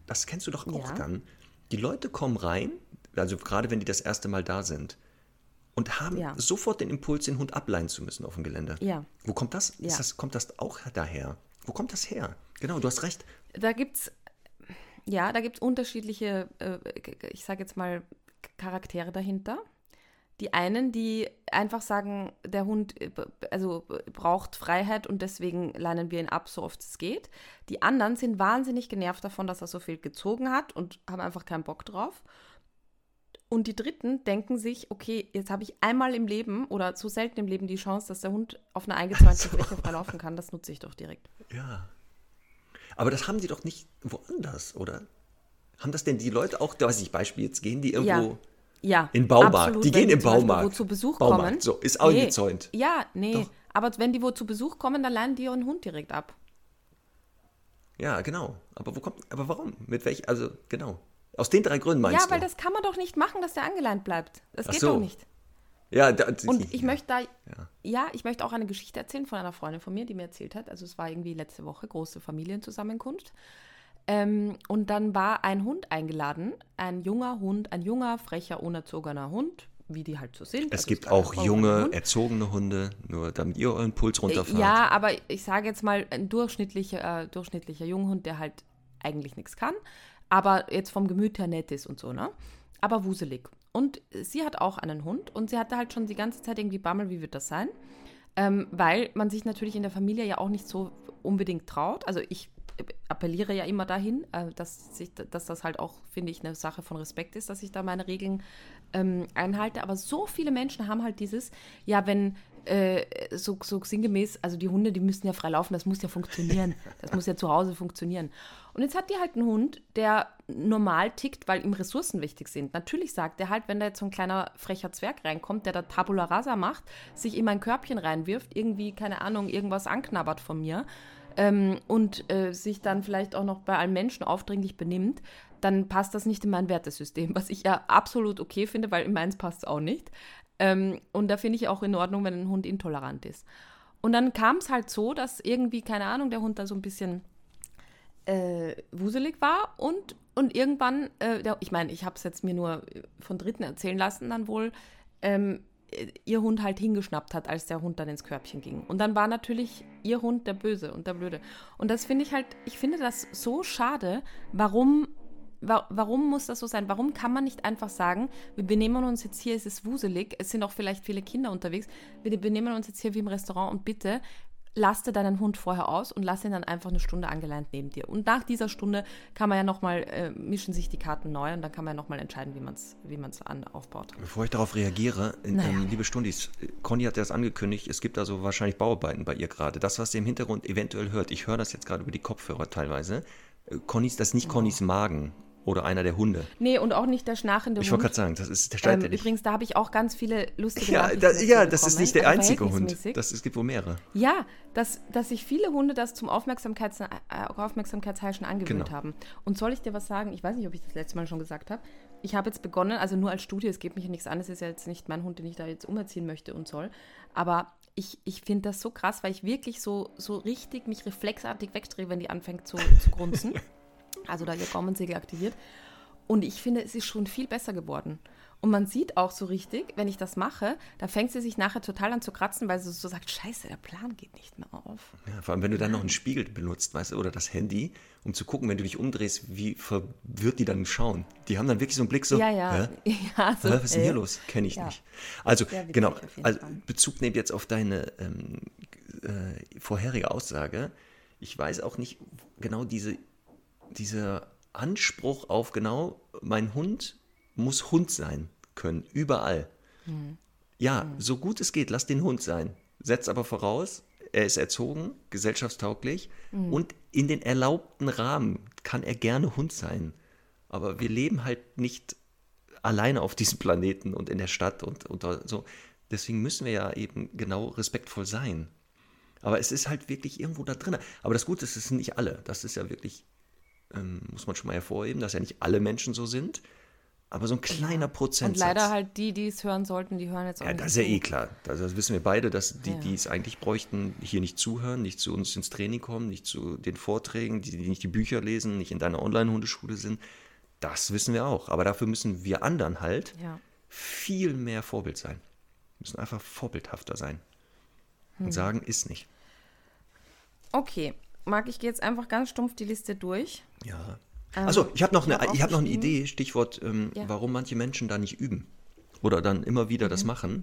das kennst du doch auch dann. Die Leute kommen rein, also gerade wenn die das erste Mal da sind, und haben sofort den Impuls, den Hund ableihen zu müssen auf dem Gelände. Ja. Wo kommt das? Kommt das auch daher? Wo kommt das her? Genau, du hast recht. Da gibt's unterschiedliche, ich sage jetzt mal, Charaktere dahinter. Die einen, die einfach sagen, der Hund braucht Freiheit und deswegen leinen wir ihn ab, so oft es geht. Die anderen sind wahnsinnig genervt davon, dass er so viel gezogen hat und haben einfach keinen Bock drauf. Und die Dritten denken sich, okay, jetzt habe ich einmal im Leben oder so selten im Leben die Chance, dass der Hund auf einer eingezäunten Fläche frei laufen kann. Das nutze ich doch direkt. Ja. Aber das haben die doch nicht woanders, oder? Haben das denn die Leute auch, da weiß ich, Beispiel, jetzt gehen die irgendwo in den Baumarkt. Absolut, die gehen im Baumarkt. Wo zu Besuch kommen. So, ist auch eingezäunt. Ja, nee. Doch. Aber wenn die wo zu Besuch kommen, dann leihen die ihren Hund direkt ab. Ja, genau. Aber warum? Genau. Aus den 3 Gründen meinst du? Ja, weil das kann man doch nicht machen, dass der angeleint bleibt. Das geht doch nicht. Ja, und ich möchte ich möchte auch eine Geschichte erzählen von einer Freundin von mir, die mir erzählt hat. Also es war irgendwie letzte Woche, große Familienzusammenkunft. Und dann war ein Hund eingeladen, ein junger, frecher, unerzogener Hund, wie die halt so sind. Es gibt auch junge, erzogene Hunde, nur damit ihr euren Puls runterfahrt. Ja, aber ich sage jetzt mal, ein durchschnittlicher Junghund, der halt eigentlich nichts kann, aber jetzt vom Gemüt her nett ist und so, ne? Aber wuselig. Und sie hat auch einen Hund und sie hatte halt schon die ganze Zeit irgendwie Bammel, wie wird das sein? Weil man sich natürlich in der Familie ja auch nicht so unbedingt traut. Also ich appelliere ja immer dahin, dass das halt auch, finde ich, eine Sache von Respekt ist, dass ich da meine Regeln einhalte. Aber so viele Menschen haben halt dieses, ja, wenn so sinngemäß, also die Hunde, die müssen ja frei laufen, das muss ja funktionieren. Das muss ja zu Hause funktionieren. Und jetzt hat die halt einen Hund, der normal tickt, weil ihm Ressourcen wichtig sind. Natürlich sagt er halt, wenn da jetzt so ein kleiner frecher Zwerg reinkommt, der da Tabula Rasa macht, sich in mein Körbchen reinwirft, irgendwie, keine Ahnung, irgendwas anknabbert von mir, und sich dann vielleicht auch noch bei allen Menschen aufdringlich benimmt, dann passt das nicht in mein Wertesystem, was ich ja absolut okay finde, weil in meins passt es auch nicht. Und da finde ich auch in Ordnung, wenn ein Hund intolerant ist. Und dann kam es halt so, dass irgendwie, keine Ahnung, der Hund da so ein bisschen wuselig war und irgendwann, ich meine, ich habe es jetzt mir nur von Dritten erzählen lassen, dann wohl ihr Hund halt hingeschnappt hat, als der Hund dann ins Körbchen ging. Und dann war natürlich ihr Hund der Böse und der Blöde. Und das finde ich finde das so schade. Warum muss das so sein? Warum kann man nicht einfach sagen, wir benehmen uns jetzt hier, es ist wuselig, es sind auch vielleicht viele Kinder unterwegs, wir benehmen uns jetzt hier wie im Restaurant und bitte lass dir deinen Hund vorher aus und lass ihn dann einfach eine Stunde angeleint neben dir. Und nach dieser Stunde kann man ja nochmal, mischen sich die Karten neu und dann kann man ja nochmal entscheiden, wie man es aufbaut. Bevor ich darauf reagiere, liebe Stundis, Conny hat ja das angekündigt, es gibt also wahrscheinlich Bauarbeiten bei ihr gerade. Das, was ihr im Hintergrund eventuell hört, ich höre das jetzt gerade über die Kopfhörer teilweise, das ist nicht Connys Magen oder einer der Hunde. Nee, und auch nicht der schnarchende Hund. Ich wollte gerade sagen, der schneit ja nicht. Übrigens, da habe ich auch ganz viele lustige Nachrichten das ist nicht der einzige Hund. Es gibt wohl mehrere. Ja, dass sich viele Hunde das zum Aufmerksamkeitsheischen angewöhnt haben. Und soll ich dir was sagen? Ich weiß nicht, ob ich das letzte Mal schon gesagt habe. Ich habe jetzt begonnen, also nur als Studie, es geht mich ja nichts an, es ist ja jetzt nicht mein Hund, den ich da jetzt umerziehen möchte und soll. Aber ich finde das so krass, weil ich wirklich so richtig mich reflexartig wegdrehe, wenn die anfängt zu grunzen. Also da ihr Gaumensegel aktiviert. Und ich finde, es ist schon viel besser geworden. Und man sieht auch so richtig, wenn ich das mache, da fängt sie sich nachher total an zu kratzen, weil sie so sagt, scheiße, der Plan geht nicht mehr auf. Ja, vor allem, wenn du dann noch einen Spiegel benutzt, weißt du, oder das Handy, um zu gucken, wenn du dich umdrehst, wie verwirrt die dann schauen. Die haben dann wirklich so einen Blick so, ja, so, was ist denn hier los? Kenne ich nicht. Also, genau, Bezug nehmt jetzt auf deine vorherige Aussage. Ich weiß auch nicht genau dieser Anspruch auf mein Hund muss Hund sein können, überall. So gut es geht, lass den Hund sein. Setz aber voraus, er ist erzogen, gesellschaftstauglich und in den erlaubten Rahmen kann er gerne Hund sein. Aber wir leben halt nicht alleine auf diesem Planeten und in der Stadt und so. Deswegen müssen wir ja eben genau respektvoll sein. Aber es ist halt wirklich irgendwo da drin. Aber das Gute ist, es sind nicht alle. Das ist ja wirklich muss man schon mal hervorheben, dass ja nicht alle Menschen so sind. Aber so ein kleiner Prozentsatz. Und leider halt die es hören sollten, die hören jetzt auch nicht. Ja, das ist ja eh klar. Das wissen wir beide, dass die es eigentlich bräuchten, hier nicht zuhören, nicht zu uns ins Training kommen, nicht zu den Vorträgen, die nicht die Bücher lesen, nicht in deiner Online-Hundeschule sind. Das wissen wir auch. Aber dafür müssen wir anderen halt viel mehr Vorbild sein. Wir müssen einfach vorbildhafter sein. Und sagen, ist nicht. Okay. Marc, ich gehe jetzt einfach ganz stumpf die Liste durch. Ja. Achso, ich habe noch eine Idee, Stichwort, warum manche Menschen da nicht üben oder dann immer wieder das machen.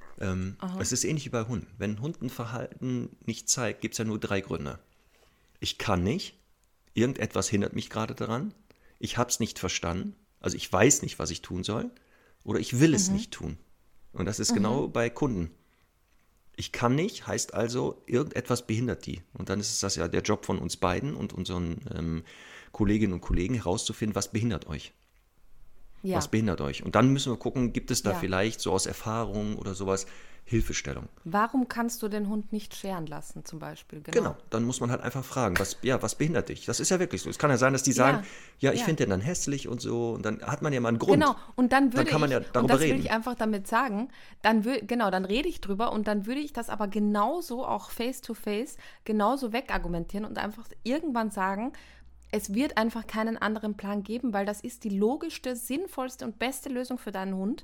Es ist ähnlich wie bei Hunden. Wenn ein Hund ein Verhalten nicht zeigt, gibt es ja nur 3 Gründe. Ich kann nicht, irgendetwas hindert mich gerade daran, ich habe es nicht verstanden, also ich weiß nicht, was ich tun soll, oder ich will es nicht tun. Und das ist genau bei Kunden. Ich kann nicht, heißt also, irgendetwas behindert die. Und dann ist das ja der Job von uns beiden und unseren Kolleginnen und Kollegen herauszufinden, was behindert euch. Ja. Was behindert euch? Und dann müssen wir gucken, gibt es da vielleicht so aus Erfahrung oder sowas Hilfestellung. Warum kannst du den Hund nicht scheren lassen zum Beispiel? Genau, dann muss man halt einfach fragen, was behindert dich? Das ist ja wirklich so. Es kann ja sein, dass die sagen, ich finde den dann hässlich und so. Und dann hat man ja mal einen Grund. Genau, und dann kann man ja darüber reden. Will ich einfach damit sagen, dann rede ich drüber und dann würde ich das aber genauso auch face-to-face genauso wegargumentieren und einfach irgendwann sagen, es wird einfach keinen anderen Plan geben, weil das ist die logischste, sinnvollste und beste Lösung für deinen Hund.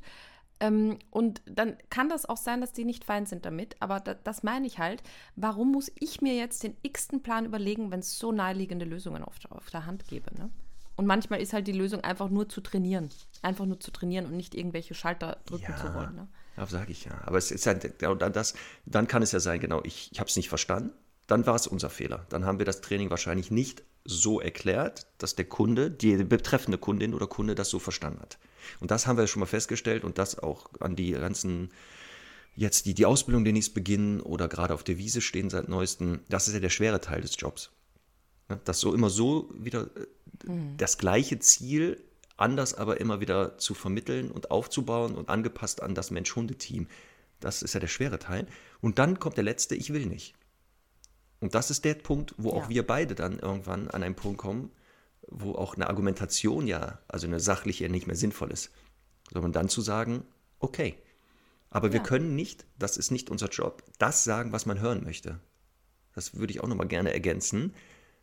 Und dann kann das auch sein, dass die nicht fein sind damit, aber das meine ich halt. Warum muss ich mir jetzt den x-ten Plan überlegen, wenn es so naheliegende Lösungen auf der Hand gäbe? Ne? Und manchmal ist halt die Lösung einfach nur zu trainieren. Einfach nur zu trainieren und nicht irgendwelche Schalter drücken zu wollen. Ne? Ja, sage ich ja. Aber es ist halt, dann kann es ja sein, genau, ich habe es nicht verstanden. Dann war es unser Fehler. Dann haben wir das Training wahrscheinlich nicht so erklärt, dass der Kunde, die betreffende Kundin oder Kunde das so verstanden hat. Und das haben wir schon mal festgestellt und das auch an die ganzen, jetzt die Ausbildung demnächst beginnen oder gerade auf der Wiese stehen seit Neuestem, das ist ja der schwere Teil des Jobs. Das so immer so wieder das gleiche Ziel, anders aber immer wieder zu vermitteln und aufzubauen und angepasst an das Mensch-Hunde-Team. Das ist ja der schwere Teil. Und dann kommt der letzte, ich will nicht. Und das ist der Punkt, wo auch wir beide dann irgendwann an einen Punkt kommen, wo auch eine Argumentation also eine sachliche nicht mehr sinnvoll ist. Sondern dann zu sagen, okay, aber wir können nicht, das ist nicht unser Job, das sagen, was man hören möchte. Das würde ich auch nochmal gerne ergänzen.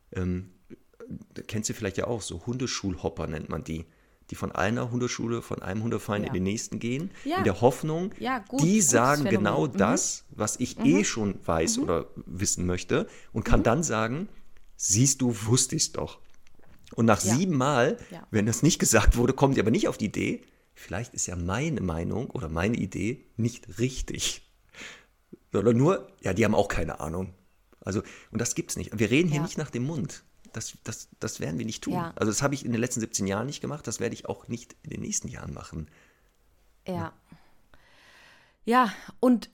Kennst du vielleicht ja auch, so Hundeschulhopper nennt man die von einer Hundeschule, von einem Hundeverein in den nächsten gehen, in der Hoffnung, die sagen genau das, was ich schon weiß oder wissen möchte und kann dann sagen, siehst du, wusste ich es doch. Und nach 7 Mal, wenn das nicht gesagt wurde, kommen die aber nicht auf die Idee, vielleicht ist ja meine Meinung oder meine Idee nicht richtig. Sondern nur, die haben auch keine Ahnung. Also, und das gibt's nicht. Wir reden hier nicht nach dem Mund. Das werden wir nicht tun. Ja. Also das habe ich in den letzten 17 Jahren nicht gemacht, das werde ich auch nicht in den nächsten Jahren machen. Ja. Ja, und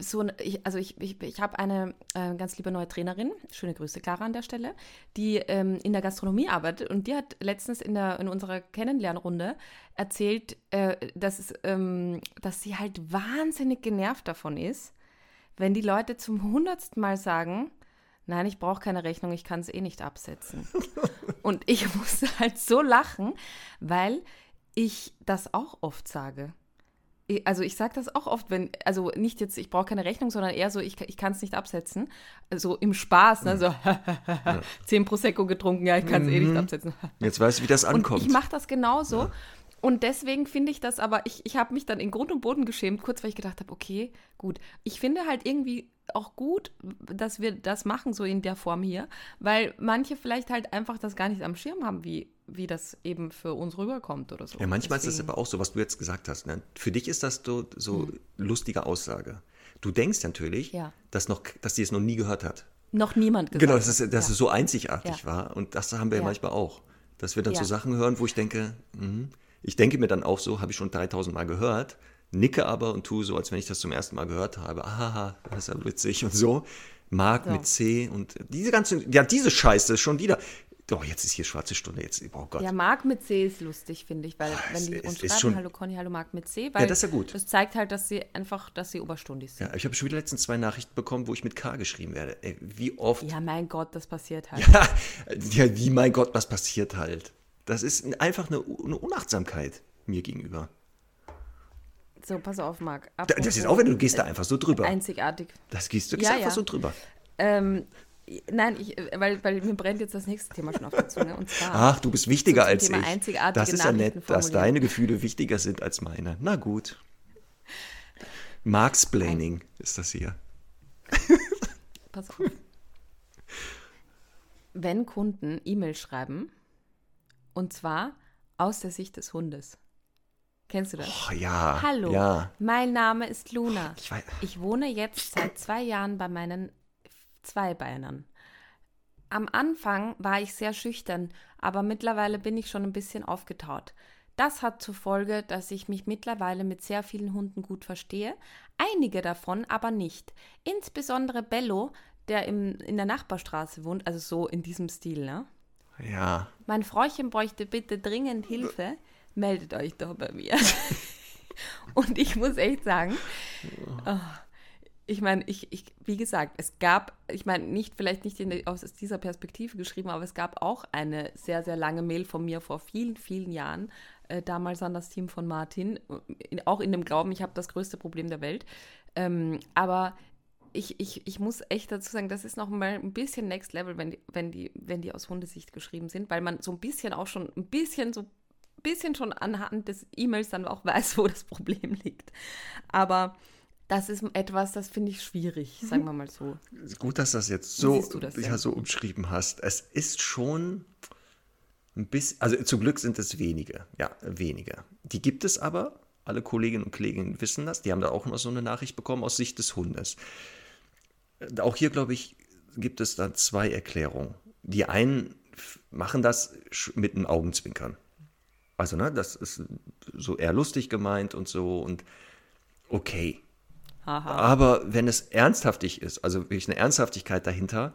ich habe eine ganz liebe neue Trainerin, schöne Grüße, Clara an der Stelle, die in der Gastronomie arbeitet und die hat letztens in unserer Kennenlernrunde erzählt, dass sie halt wahnsinnig genervt davon ist, wenn die Leute zum 100. Mal sagen, nein, ich brauche keine Rechnung, ich kann es eh nicht absetzen. Und ich musste halt so lachen, weil ich das auch oft sage. Also ich sage das auch oft, also nicht jetzt, ich brauche keine Rechnung, sondern eher so, ich kann es nicht absetzen. So im Spaß, ne? So 10 Prosecco getrunken, ich kann es eh nicht absetzen. Jetzt weißt du, wie das ankommt. Und ich mache das genauso. Ja. Und deswegen finde ich das aber, ich habe mich dann in Grund und Boden geschämt, kurz weil ich gedacht habe, okay, gut. Ich finde halt irgendwie auch gut, dass wir das machen, so in der Form hier, weil manche vielleicht halt einfach das gar nicht am Schirm haben, wie das eben für uns rüberkommt oder so. Ja, manchmal ist das aber auch so, was du jetzt gesagt hast. Ne? Für dich ist das so lustige Aussage. Du denkst natürlich, dass sie es noch nie gehört hat. Noch niemand gesagt. Genau, dass es so einzigartig war. Und das haben wir ja manchmal auch. Dass wir dann so Sachen hören, wo ich denke, ich denke mir dann auch so, habe ich schon 3000 Mal gehört, nicke aber und tue so, als wenn ich das zum ersten Mal gehört habe. Aha, das ist ja witzig und so. Marc mit C und diese Scheiße ist schon wieder. Doch, jetzt ist hier schwarze Stunde. Jetzt, oh Gott. Ja, Marc mit C ist lustig, finde ich, weil wenn die uns schreiben, hallo Conny, hallo Marc mit C, weil das ist ja gut. Das zeigt halt, dass sie oberstundig sind. Ja, ich habe schon wieder letztens 2 Nachrichten bekommen, wo ich mit K geschrieben werde. Ey, wie oft? Ja, mein Gott, das passiert halt. Ja, wie mein Gott, was passiert halt. Das ist einfach eine Unachtsamkeit. mir gegenüber. So, pass auf, Marc. Das ist auch, wenn du gehst da einfach so drüber. Einzigartig. Du gehst einfach so drüber. Nein, weil mir brennt jetzt das nächste Thema schon auf der Zunge. Und zwar ach, du bist wichtiger als Thema ich. Das ist ja nett, dass deine Gefühle wichtiger sind als meine. Na gut. Marksplaining ist das hier. Pass auf. Wenn Kunden E-Mails schreiben, und zwar aus der Sicht des Hundes. Kennst du das? Oh, ja. Hallo, ja. Mein Name ist Luna. Ich wohne jetzt seit 2 Jahren bei meinen Zweibeinern. Am Anfang war ich sehr schüchtern, aber mittlerweile bin ich schon ein bisschen aufgetaut. Das hat zur Folge, dass ich mich mittlerweile mit sehr vielen Hunden gut verstehe, einige davon aber nicht. Insbesondere Bello, der in der Nachbarstraße wohnt, also so in diesem Stil, ne? Ja. Mein Frauchen bräuchte bitte dringend Hilfe. Meldet euch doch bei mir. Und ich muss echt sagen, ich meine, wie gesagt, es gab, ich meine, vielleicht nicht aus dieser Perspektive geschrieben, aber es gab auch eine sehr, sehr lange Mail von mir vor vielen, vielen Jahren, damals an das Team von Martin, auch in dem Glauben, ich habe das größte Problem der Welt. Aber ich muss echt dazu sagen, das ist noch mal ein bisschen Next Level, wenn die aus Hundesicht geschrieben sind, weil man so ein bisschen auch schon ein bisschen schon anhand des E-Mails dann auch weiß, wo das Problem liegt. Aber das ist etwas, das finde ich schwierig, sagen wir mal so. Gut, dass du das jetzt so umschrieben hast. Es ist schon ein bisschen, also zum Glück sind es wenige. Ja, wenige. Die gibt es aber, alle Kolleginnen und Kollegen wissen das, die haben da auch noch so eine Nachricht bekommen aus Sicht des Hundes. Auch hier, glaube ich, gibt es dann 2 Erklärungen. Die einen machen das mit einem Augenzwinkern. Also, ne, das ist so eher lustig gemeint und so und okay. Aha. Aber wenn es ernsthaftig ist, also wirklich eine Ernsthaftigkeit dahinter,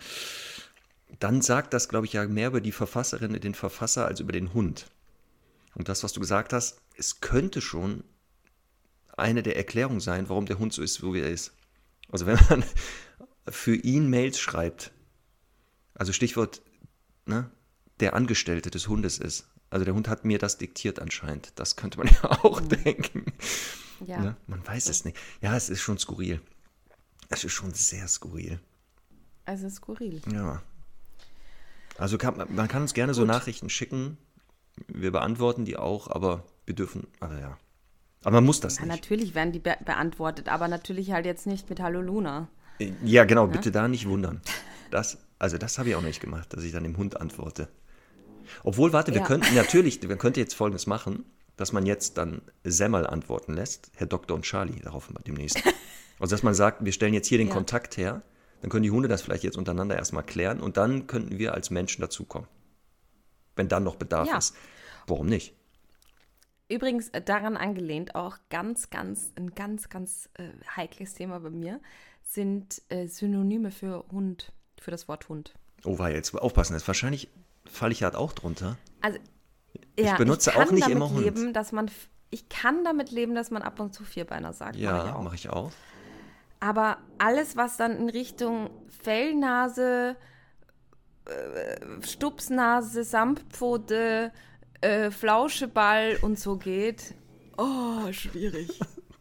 dann sagt das, glaube ich, ja mehr über die Verfasserin und den Verfasser als über den Hund. Und das, was du gesagt hast, es könnte schon eine der Erklärungen sein, warum der Hund so ist, wie er ist. Also wenn man für ihn Mails schreibt, also Stichwort, ne, der Angestellte des Hundes ist. Also der Hund hat mir das diktiert anscheinend. Das könnte man ja auch denken. Ja. Ne? Man weiß es nicht. Ja, es ist schon skurril. Es ist schon sehr skurril. Also skurril. Ja. Also man kann uns gerne so Nachrichten schicken. Wir beantworten die auch, aber wir dürfen, also ja. Aber man muss das nicht. Natürlich werden die beantwortet, aber natürlich halt jetzt nicht mit Hallo Luna. Ja, genau, bitte da nicht wundern. Das habe ich auch nicht gemacht, dass ich dann dem Hund antworte. Obwohl, warte, wir könnten jetzt Folgendes machen, dass man jetzt dann Semmel antworten lässt, Herr Doktor und Charlie, darauf demnächst. Also, dass man sagt, wir stellen jetzt hier den Kontakt her, dann können die Hunde das vielleicht jetzt untereinander erstmal klären und dann könnten wir als Menschen dazukommen. Wenn dann noch Bedarf ist. Warum nicht? Übrigens, daran angelehnt, auch ein ganz heikles Thema bei mir, sind Synonyme für Hund, für das Wort Hund. Oh, war jetzt aufpassen, jetzt wahrscheinlich falle ich halt auch drunter. Also, ich benutze auch nicht immer Hund. Ich kann damit leben, dass man ab und zu Vierbeiner sagt. Ja, mache ich auch. Aber alles, was dann in Richtung Fellnase, Stupsnase, Samtpfote, Flauscheball und so geht, schwierig.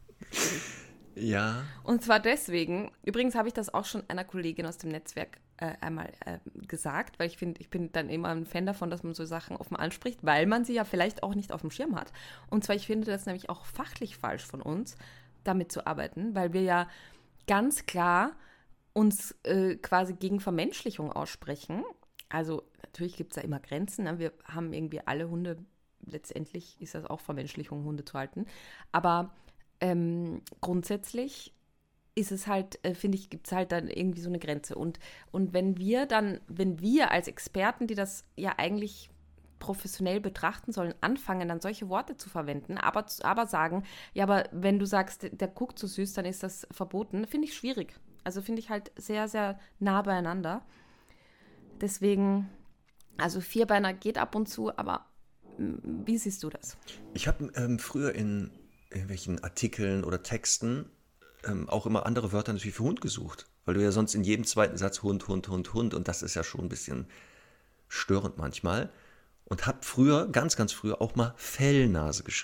Ja. Und zwar deswegen, übrigens habe ich das auch schon einer Kollegin aus dem Netzwerk einmal gesagt, weil ich bin dann immer ein Fan davon, dass man so Sachen offen anspricht, weil man sie ja vielleicht auch nicht auf dem Schirm hat. Und zwar, ich finde das nämlich auch fachlich falsch von uns, damit zu arbeiten, weil wir ja ganz klar uns quasi gegen Vermenschlichung aussprechen. Also natürlich gibt es da immer Grenzen, ne? Wir haben irgendwie alle Hunde, letztendlich ist das auch Vermenschlichung, Hunde zu halten, aber grundsätzlich ist es halt, finde ich, gibt es halt dann irgendwie so eine Grenze. Und wenn wir als Experten, die das ja eigentlich professionell betrachten sollen, anfangen, dann solche Worte zu verwenden, aber sagen, ja, aber wenn du sagst, der guckt so süß, dann ist das verboten, finde ich schwierig. Also finde ich halt sehr, sehr nah beieinander. Deswegen, also Vierbeiner geht ab und zu, aber wie siehst du das? Ich habe früher in irgendwelchen Artikeln oder Texten auch immer andere Wörter natürlich für Hund gesucht, weil du ja sonst in jedem zweiten Satz Hund und das ist ja schon ein bisschen störend manchmal und habe früher, ganz, ganz früher auch mal Fellnase geschrieben.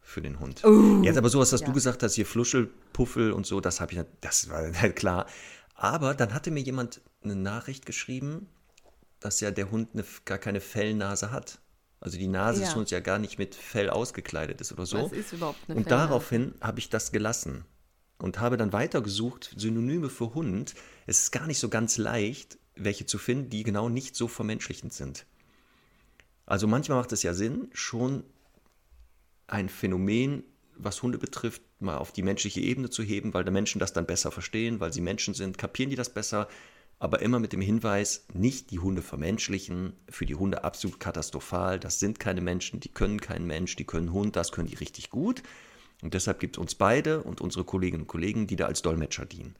für den Hund. Jetzt aber sowas, was du gesagt hast, hier Fluschel, Puffel und so, das war halt klar. Aber dann hatte mir jemand eine Nachricht geschrieben, dass ja der Hund gar keine Fellnase hat. Also die Nase des Hundes ja gar nicht mit Fell ausgekleidet ist oder so. Was ist überhaupt eine Und Fellnase? daraufhin habe ich das gelassen und habe dann weitergesucht, Synonyme für Hund. Es ist gar nicht so ganz leicht, welche zu finden, die genau nicht so vermenschlichend sind. Also manchmal macht es ja Sinn, schon ein Phänomen, was Hunde betrifft, mal auf die menschliche Ebene zu heben, weil die Menschen das dann besser verstehen, weil sie Menschen sind, kapieren die das besser, aber immer mit dem Hinweis, nicht die Hunde vermenschlichen, für die Hunde absolut katastrophal, das sind keine Menschen, die können kein Mensch, die können Hund, das können die richtig gut und deshalb gibt es uns beide und unsere Kolleginnen und Kollegen, die da als Dolmetscher dienen.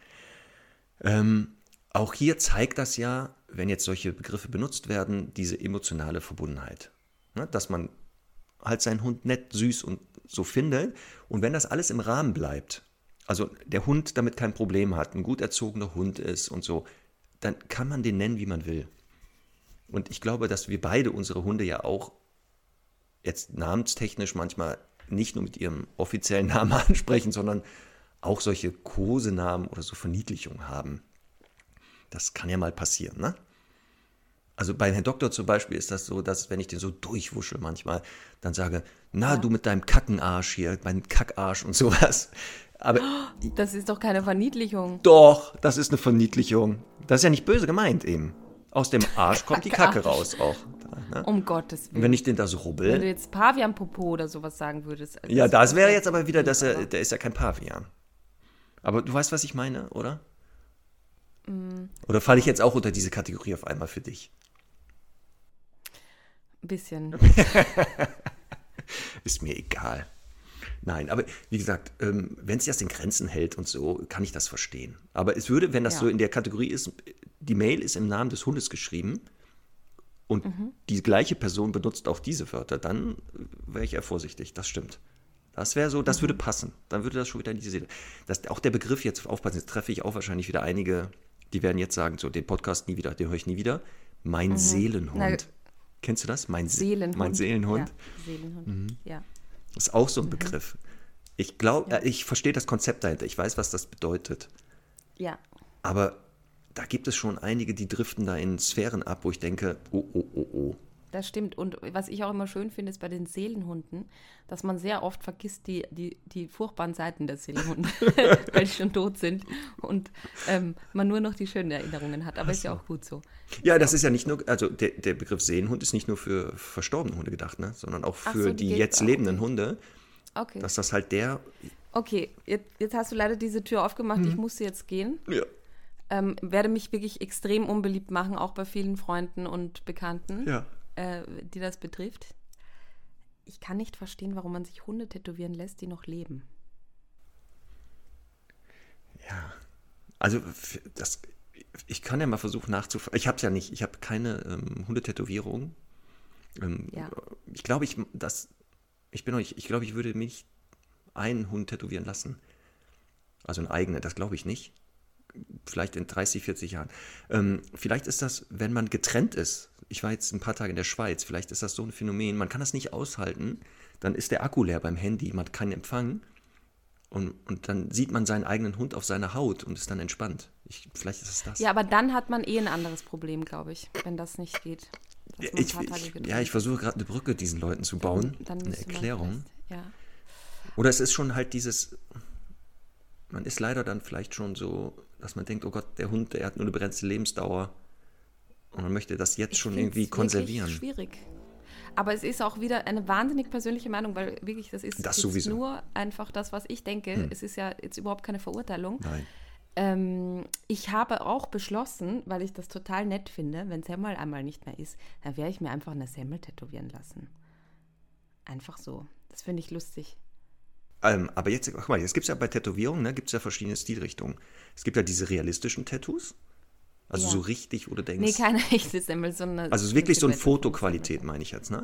Auch hier zeigt das ja, wenn jetzt solche Begriffe benutzt werden, diese emotionale Verbundenheit, ne, dass man halt seinen Hund nett, süß und so findet. Und wenn das alles im Rahmen bleibt, also der Hund damit kein Problem hat, ein gut erzogener Hund ist und so, dann kann man den nennen, wie man will. Und ich glaube, dass wir beide unsere Hunde ja auch jetzt namenstechnisch manchmal nicht nur mit ihrem offiziellen Namen ansprechen, sondern auch solche Kosenamen oder so Verniedlichungen haben. Das kann ja mal passieren, ne? Also bei Herrn Doktor zum Beispiel ist das so, dass wenn ich den so durchwuschel manchmal, dann sage, na, du mit deinem Kackenarsch hier, mein Kackarsch und sowas. Aber das ist doch keine Verniedlichung. Doch, das ist eine Verniedlichung. Das ist ja nicht böse gemeint eben. Aus dem Arsch kommt die Kacke raus auch. Ne? Um Gottes Willen. Und wenn ich den da so rubbel. Wenn du jetzt Pavian-Popo oder sowas sagen würdest. Ja, das wäre jetzt aber wieder, der ist ja kein Pavian. Aber du weißt, was ich meine, oder? Oder falle ich jetzt auch unter diese Kategorie auf einmal für dich? Ein bisschen. Ist mir egal. Nein, aber wie gesagt, wenn es sich das in Grenzen hält und so, kann ich das verstehen. Aber es würde, wenn das so in der Kategorie ist, die Mail ist im Namen des Hundes geschrieben und die gleiche Person benutzt auch diese Wörter, dann wäre ich eher vorsichtig, das stimmt. Das wäre so, das würde passen. Dann würde das schon wieder in diese auch der Begriff jetzt aufpassen, jetzt treffe ich auch wahrscheinlich wieder einige, die werden jetzt sagen, so den Podcast nie wieder, den höre ich nie wieder. Mein Seelenhund. Kennst du das? Mein Seelenhund. Ja, Seelenhund, ja. Das ist auch so ein Begriff. Ich glaube, ich verstehe das Konzept dahinter. Ich weiß, was das bedeutet. Ja. Aber da gibt es schon einige, die driften da in Sphären ab, wo ich denke, oh. Das stimmt. Und was ich auch immer schön finde, ist bei den Seelenhunden, dass man sehr oft vergisst die furchtbaren Seiten der Seelenhunde, weil die schon tot sind und man nur noch die schönen Erinnerungen hat. Aber ist ja auch gut so. Ja, das ist ja nicht nur, also der Begriff Seelenhund ist nicht nur für verstorbene Hunde gedacht, ne, sondern auch für die jetzt lebenden Hunde. Okay. Dass das halt Okay, jetzt hast du leider diese Tür aufgemacht. Ich muss jetzt gehen. Ja. Werde mich wirklich extrem unbeliebt machen, auch bei vielen Freunden und Bekannten. Ja. Die das betrifft. Ich kann nicht verstehen, warum man sich Hunde tätowieren lässt, die noch leben. Ja, also ich kann ja mal versuchen nachzufragen. Ich habe es ja nicht, ich habe keine Hundetätowierung. Ich glaube, ich würde mich einen Hund tätowieren lassen. Also einen eigenen, das glaube ich nicht. Vielleicht in 30, 40 Jahren. Vielleicht ist das, wenn man getrennt ist. Ich war jetzt ein paar Tage in der Schweiz. Vielleicht ist das so ein Phänomen. Man kann das nicht aushalten. Dann ist der Akku leer beim Handy. Man hat keinen Empfang. Und dann sieht man seinen eigenen Hund auf seiner Haut und ist dann entspannt. Vielleicht ist es das. Ja, aber dann hat man ein anderes Problem, glaube ich, wenn das nicht nicht ich versuche gerade eine Brücke diesen Leuten zu bauen. Dann eine Erklärung. Ja. Oder es ist schon halt dieses, man ist leider dann vielleicht schon so, dass man denkt, oh Gott, der Hund, der hat nur eine begrenzte Lebensdauer und man möchte das jetzt schon irgendwie konservieren. Das ist schwierig. Aber es ist auch wieder eine wahnsinnig persönliche Meinung, weil wirklich, das ist jetzt nur einfach das, was ich denke. Es ist ja jetzt überhaupt keine Verurteilung. Nein. Ich habe auch beschlossen, weil ich das total nett finde, wenn Semmel einmal nicht mehr ist, dann werde ich mir einfach eine Semmel tätowieren lassen. Einfach so. Das finde ich lustig. Aber jetzt, guck mal, jetzt gibt es ja bei Tätowierungen, ne, gibt es ja verschiedene Stilrichtungen. Es gibt ja diese realistischen Tattoos, also so richtig, wo du denkst. Nee, keine echte Semmel, sondern. Also wirklich so eine Fotoqualität, meine ich jetzt, ne?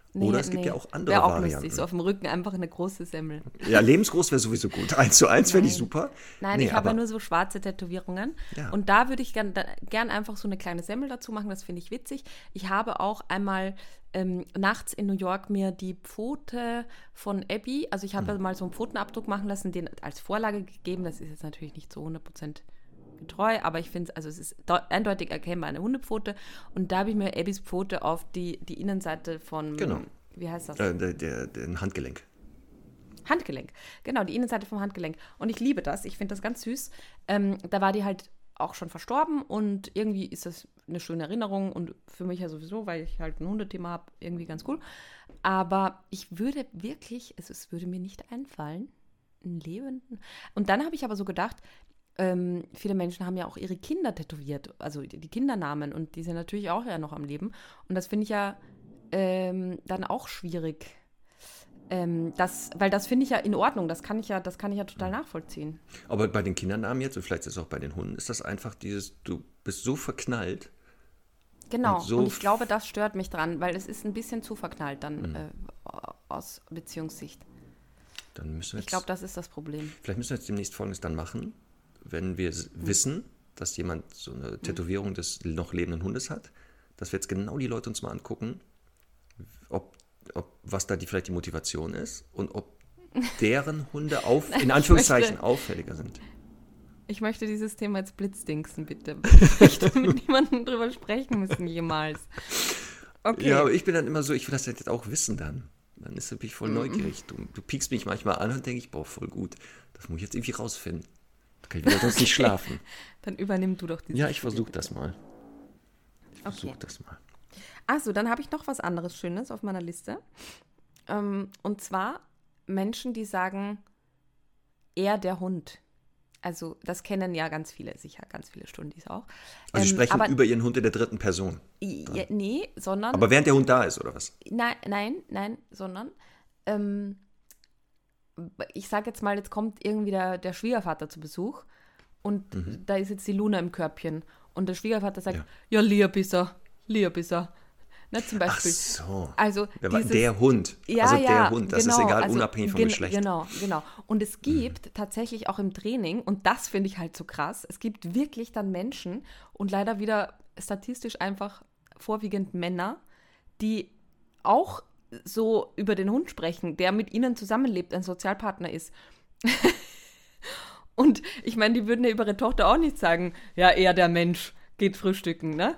Oder es gibt ja auch andere Wäre auch Varianten. lustig, so auf dem Rücken einfach eine große Semmel. Ja, lebensgroß wäre sowieso gut. 1:1 wäre nicht super. Nein, ich habe ja nur so schwarze Tätowierungen. Ja. Und da würde ich gern einfach so eine kleine Semmel dazu machen. Das finde ich witzig. Ich habe auch einmal nachts in New York mir die Pfote von Abby, also ich habe mal so einen Pfotenabdruck machen lassen, den als Vorlage gegeben. Das ist jetzt natürlich nicht zu 100% getreu, aber ich finde es ist eindeutig erkennbar eine Hundepfote. Und da habe ich mir Abbys Pfote auf die Innenseite von, wie heißt das? Den Handgelenk. Handgelenk, genau, die Innenseite vom Handgelenk. Und ich liebe das, ich finde das ganz süß. Da war die halt auch schon verstorben und irgendwie ist das eine schöne Erinnerung und für mich ja sowieso, weil ich halt ein Hundethema habe, irgendwie ganz cool. Aber ich würde wirklich, es würde mir nicht einfallen, einen lebenden. Und dann habe ich aber so gedacht, viele Menschen haben ja auch ihre Kinder tätowiert, also die Kindernamen und die sind natürlich auch ja noch am Leben. Und das finde ich ja dann auch schwierig. Weil das finde ich ja in Ordnung, das kann ich ja total nachvollziehen. Aber bei den Kindernamen jetzt, und vielleicht ist es auch bei den Hunden, ist das einfach du bist so verknallt. Genau, und ich glaube, das stört mich dran, weil es ist ein bisschen zu verknallt dann aus Beziehungssicht. Dann müssen wir ich glaube, das ist das Problem. Vielleicht müssen wir jetzt demnächst Folgendes dann machen, wenn wir wissen, dass jemand so eine Tätowierung des noch lebenden Hundes hat, dass wir jetzt genau die Leute uns mal angucken, was da vielleicht die Motivation ist und ob deren Hunde in Anführungszeichen auffälliger sind. Ich möchte dieses Thema jetzt blitzdingsen, bitte. Ich möchte mit niemandem drüber sprechen müssen jemals. Okay. Ja, aber ich bin dann immer so, ich will das jetzt auch wissen dann. Dann bin ich voll neugierig. Du piekst mich manchmal an und denke ich, boah, voll gut. Das muss ich jetzt irgendwie rausfinden. Da kann ich wieder sonst nicht schlafen. Dann übernimm du doch dieses. Ja, ich versuche das mal. Achso, dann habe ich noch was anderes Schönes auf meiner Liste. Und zwar Menschen, die sagen, er der Hund. Also das kennen ja ganz viele, sicher ganz viele Stundis auch. Also sie sprechen über ihren Hund in der dritten Person. Ja, nee, sondern... Aber während der Hund da ist, oder was? Nein, sondern ich sage jetzt mal, jetzt kommt irgendwie der Schwiegervater zu Besuch und da ist jetzt die Luna im Körbchen und der Schwiegervater sagt, ja lieb ist er. Ne, zum Beispiel. Ach so. Also der Hund. Ja, der Hund, das genau, ist egal, unabhängig vom Geschlecht. Genau. Und es gibt tatsächlich auch im Training, und das finde ich halt so krass, es gibt wirklich dann Menschen und leider wieder statistisch einfach vorwiegend Männer, die auch so über den Hund sprechen, der mit ihnen zusammenlebt, ein Sozialpartner ist. Und ich meine, die würden ja über ihre Tochter auch nicht sagen, ja, eher der Mensch geht frühstücken, ne?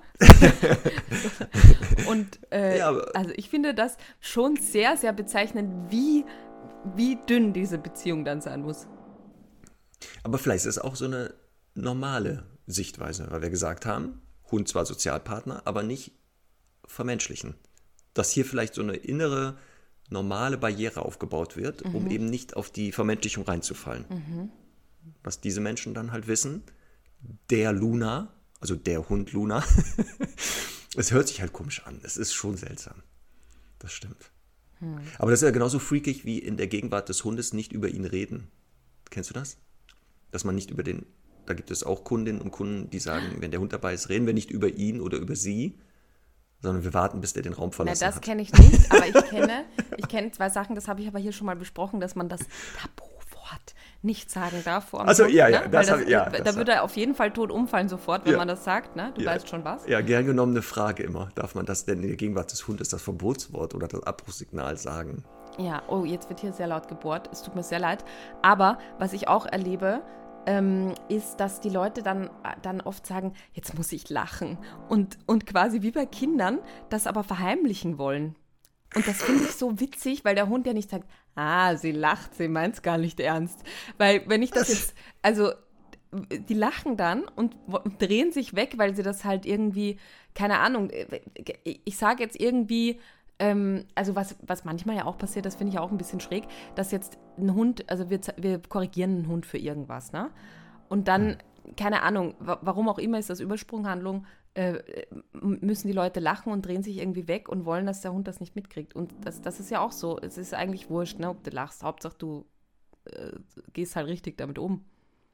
Und also ich finde das schon sehr, sehr bezeichnend, wie dünn diese Beziehung dann sein muss. Aber vielleicht ist es auch so eine normale Sichtweise, weil wir gesagt haben, Hund zwar Sozialpartner, aber nicht vermenschlichen. Dass hier vielleicht so eine innere, normale Barriere aufgebaut wird, um eben nicht auf die Vermenschlichung reinzufallen. Was diese Menschen dann halt wissen, der Luna, also der Hund Luna, es hört sich halt komisch an. Es ist schon seltsam. Das stimmt. Aber das ist ja genauso freakig wie in der Gegenwart des Hundes nicht über ihn reden. Kennst du das? Dass man nicht über da gibt es auch Kundinnen und Kunden, die sagen, wenn der Hund dabei ist, reden wir nicht über ihn oder über sie, sondern wir warten, bis der den Raum verlassen hat. Das kenne ich nicht, aber ich kenne 2 Sachen, das habe ich aber hier schon mal besprochen, dass man das Tabuwort nicht sagen darf vor dem Also Hund, ja, ne? Da würde er auf jeden Fall tot umfallen sofort, wenn man das sagt, ne? Du weißt schon was. Ja, gern genommene Frage immer. Darf man das denn in der Gegenwart des Hundes, das Verbotswort oder das Abbruchsignal sagen? Ja, oh, jetzt wird hier sehr laut gebohrt. Es tut mir sehr leid. Aber was ich auch erlebe, ist, dass die Leute dann oft sagen, jetzt muss ich lachen. Und quasi wie bei Kindern das aber verheimlichen wollen. Und das finde ich so witzig, weil der Hund ja nicht sagt, sie lacht, sie meint es gar nicht ernst. Weil wenn ich das jetzt, also die lachen dann und drehen sich weg, weil sie das halt irgendwie, keine Ahnung, ich sage jetzt irgendwie, also was manchmal ja auch passiert, das finde ich ja auch ein bisschen schräg, dass jetzt ein Hund, also wir korrigieren einen Hund für irgendwas, ne? Und dann, keine Ahnung, warum auch immer ist das Übersprunghandlung, müssen die Leute lachen und drehen sich irgendwie weg und wollen, dass der Hund das nicht mitkriegt. Und das ist ja auch so. Es ist eigentlich wurscht, ne, ob du lachst. Hauptsache, du gehst halt richtig damit um.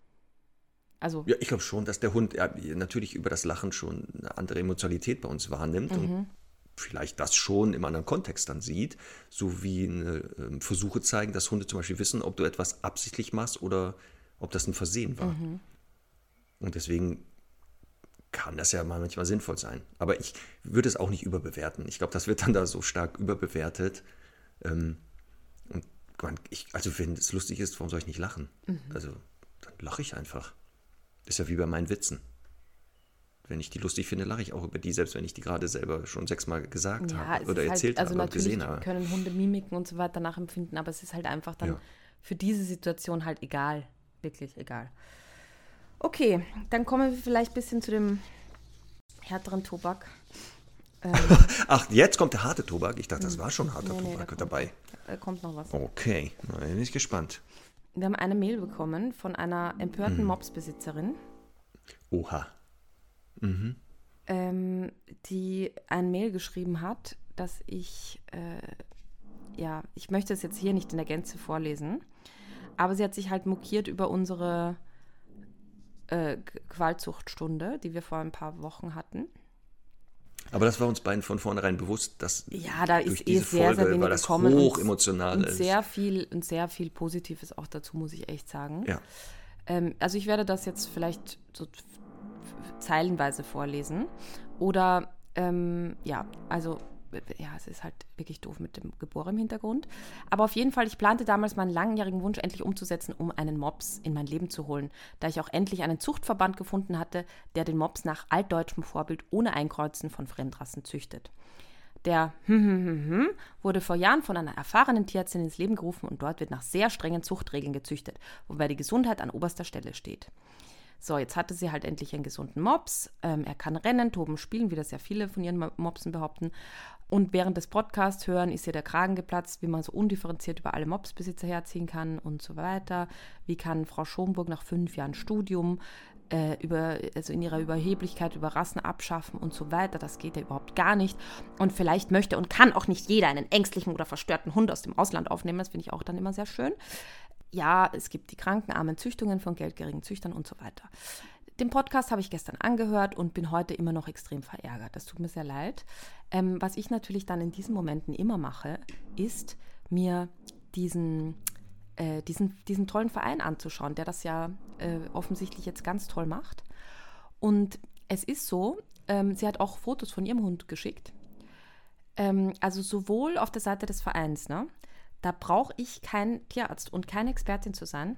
Also. Ja, ich glaube schon, dass der Hund natürlich über das Lachen schon eine andere Emotionalität bei uns wahrnimmt. Und vielleicht das schon im anderen Kontext dann sieht, so wie Versuche zeigen, dass Hunde zum Beispiel wissen, ob du etwas absichtlich machst oder ob das ein Versehen war. Und deswegen kann das ja manchmal sinnvoll sein. Aber ich würde es auch nicht überbewerten. Ich glaube, das wird dann da so stark überbewertet. Und also wenn es lustig ist, warum soll ich nicht lachen? Also dann lache ich einfach. Das ist ja wie bei meinen Witzen. Wenn ich die lustig finde, lache ich auch über die, selbst wenn ich die gerade selber schon 6-mal gesagt habe oder erzählt habe oder gesehen habe. Natürlich können Hunde Mimiken und so weiter nachempfinden, aber es ist halt einfach dann für diese Situation halt egal. Wirklich egal. Okay, dann kommen wir vielleicht ein bisschen zu dem härteren Tobak. Ach, jetzt kommt der harte Tobak? Ich dachte, das war schon harter Tobak dabei. Kommt noch was. Okay, na, bin ich gespannt. Wir haben eine Mail bekommen von einer empörten Mopsbesitzerin. Oha. Die ein Mail geschrieben hat, dass ich möchte es jetzt hier nicht in der Gänze vorlesen, aber sie hat sich halt mokiert über unsere Qualzuchtstunde, die wir vor ein paar Wochen hatten. Aber das war uns beiden von vornherein bewusst, dass da durch ist diese sehr, Folge, sehr wenig weil das gekommen hochemotional ist. Und sehr viel Positives auch dazu, muss ich echt sagen. Ja. Also ich werde das jetzt vielleicht so zeilenweise vorlesen. Oder, es ist halt wirklich doof mit dem Gebohre im Hintergrund. Aber auf jeden Fall, ich plante damals meinen langjährigen Wunsch endlich umzusetzen, um einen Mops in mein Leben zu holen, da ich auch endlich einen Zuchtverband gefunden hatte, der den Mops nach altdeutschem Vorbild ohne Einkreuzen von Fremdrassen züchtet. Der wurde vor Jahren von einer erfahrenen Tierärztin ins Leben gerufen und dort wird nach sehr strengen Zuchtregeln gezüchtet, wobei die Gesundheit an oberster Stelle steht. So, jetzt hatte sie halt endlich einen gesunden Mops. Er kann rennen, toben, spielen, wie das ja viele von ihren Mopsen behaupten. Und während des Podcasts hören ist ihr der Kragen geplatzt, wie man so undifferenziert über alle Mopsbesitzer herziehen kann und so weiter. Wie kann Frau Schomburg nach 5 Jahren Studium in ihrer Überheblichkeit über Rassen abschaffen und so weiter. Das geht ja überhaupt gar nicht. Und vielleicht möchte und kann auch nicht jeder einen ängstlichen oder verstörten Hund aus dem Ausland aufnehmen. Das finde ich auch dann immer sehr schön. Ja, es gibt die krankenarmen Züchtungen von geldgierigen Züchtern und so weiter. Den Podcast habe ich gestern angehört und bin heute immer noch extrem verärgert. Das tut mir sehr leid. Was ich natürlich dann in diesen Momenten immer mache, ist mir diesen tollen Verein anzuschauen, der das ja offensichtlich jetzt ganz toll macht. Und es ist so, sie hat auch Fotos von ihrem Hund geschickt. Also sowohl auf der Seite des Vereins, ne? Da brauche ich kein Tierarzt und keine Expertin zu sein,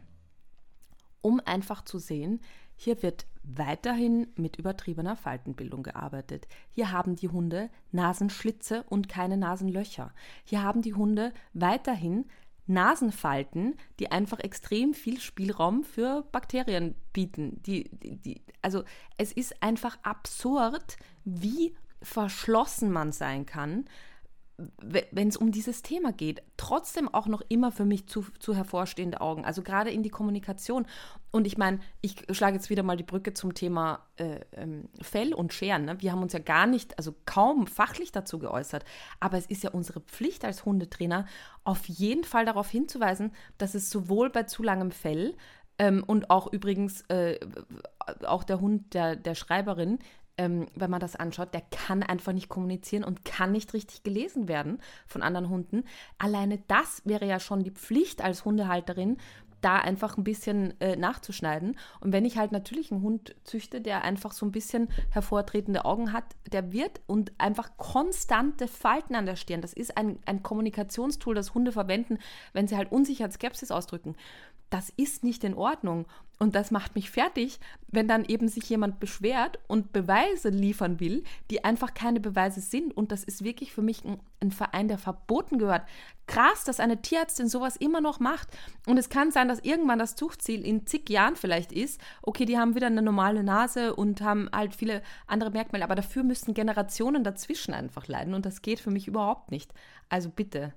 um einfach zu sehen, hier wird weiterhin mit übertriebener Faltenbildung gearbeitet. Hier haben die Hunde Nasenschlitze und keine Nasenlöcher. Hier haben die Hunde weiterhin Nasenfalten, die einfach extrem viel Spielraum für Bakterien bieten. Also es ist einfach absurd, wie verschlossen man sein kann, wenn es um dieses Thema geht. Trotzdem auch noch immer für mich zu hervorstehende Augen, also gerade in die Kommunikation. Und ich meine, ich schlage jetzt wieder mal die Brücke zum Thema Fell und Scheren. Ne? Wir haben uns ja gar nicht, also kaum fachlich dazu geäußert, aber es ist ja unsere Pflicht als Hundetrainer, auf jeden Fall darauf hinzuweisen, dass es sowohl bei zu langem Fell und auch übrigens auch der Hund der Schreiberin, wenn man das anschaut, der kann einfach nicht kommunizieren und kann nicht richtig gelesen werden von anderen Hunden. Alleine das wäre ja schon die Pflicht als Hundehalterin, da einfach ein bisschen nachzuschneiden. Und wenn ich halt natürlich einen Hund züchte, der einfach so ein bisschen hervortretende Augen hat, der wird und einfach konstante Falten an der Stirn. Das ist ein Kommunikationstool, das Hunde verwenden, wenn sie halt Unsicherheit, Skepsis ausdrücken. Das ist nicht in Ordnung. Und das macht mich fertig, wenn dann eben sich jemand beschwert und Beweise liefern will, die einfach keine Beweise sind. Und das ist wirklich für mich ein Verein, der verboten gehört. Krass, dass eine Tierärztin sowas immer noch macht. Und es kann sein, dass irgendwann das Zuchtziel in zig Jahren vielleicht ist, okay, die haben wieder eine normale Nase und haben halt viele andere Merkmale, aber dafür müssten Generationen dazwischen einfach leiden. Und das geht für mich überhaupt nicht. Also bitte.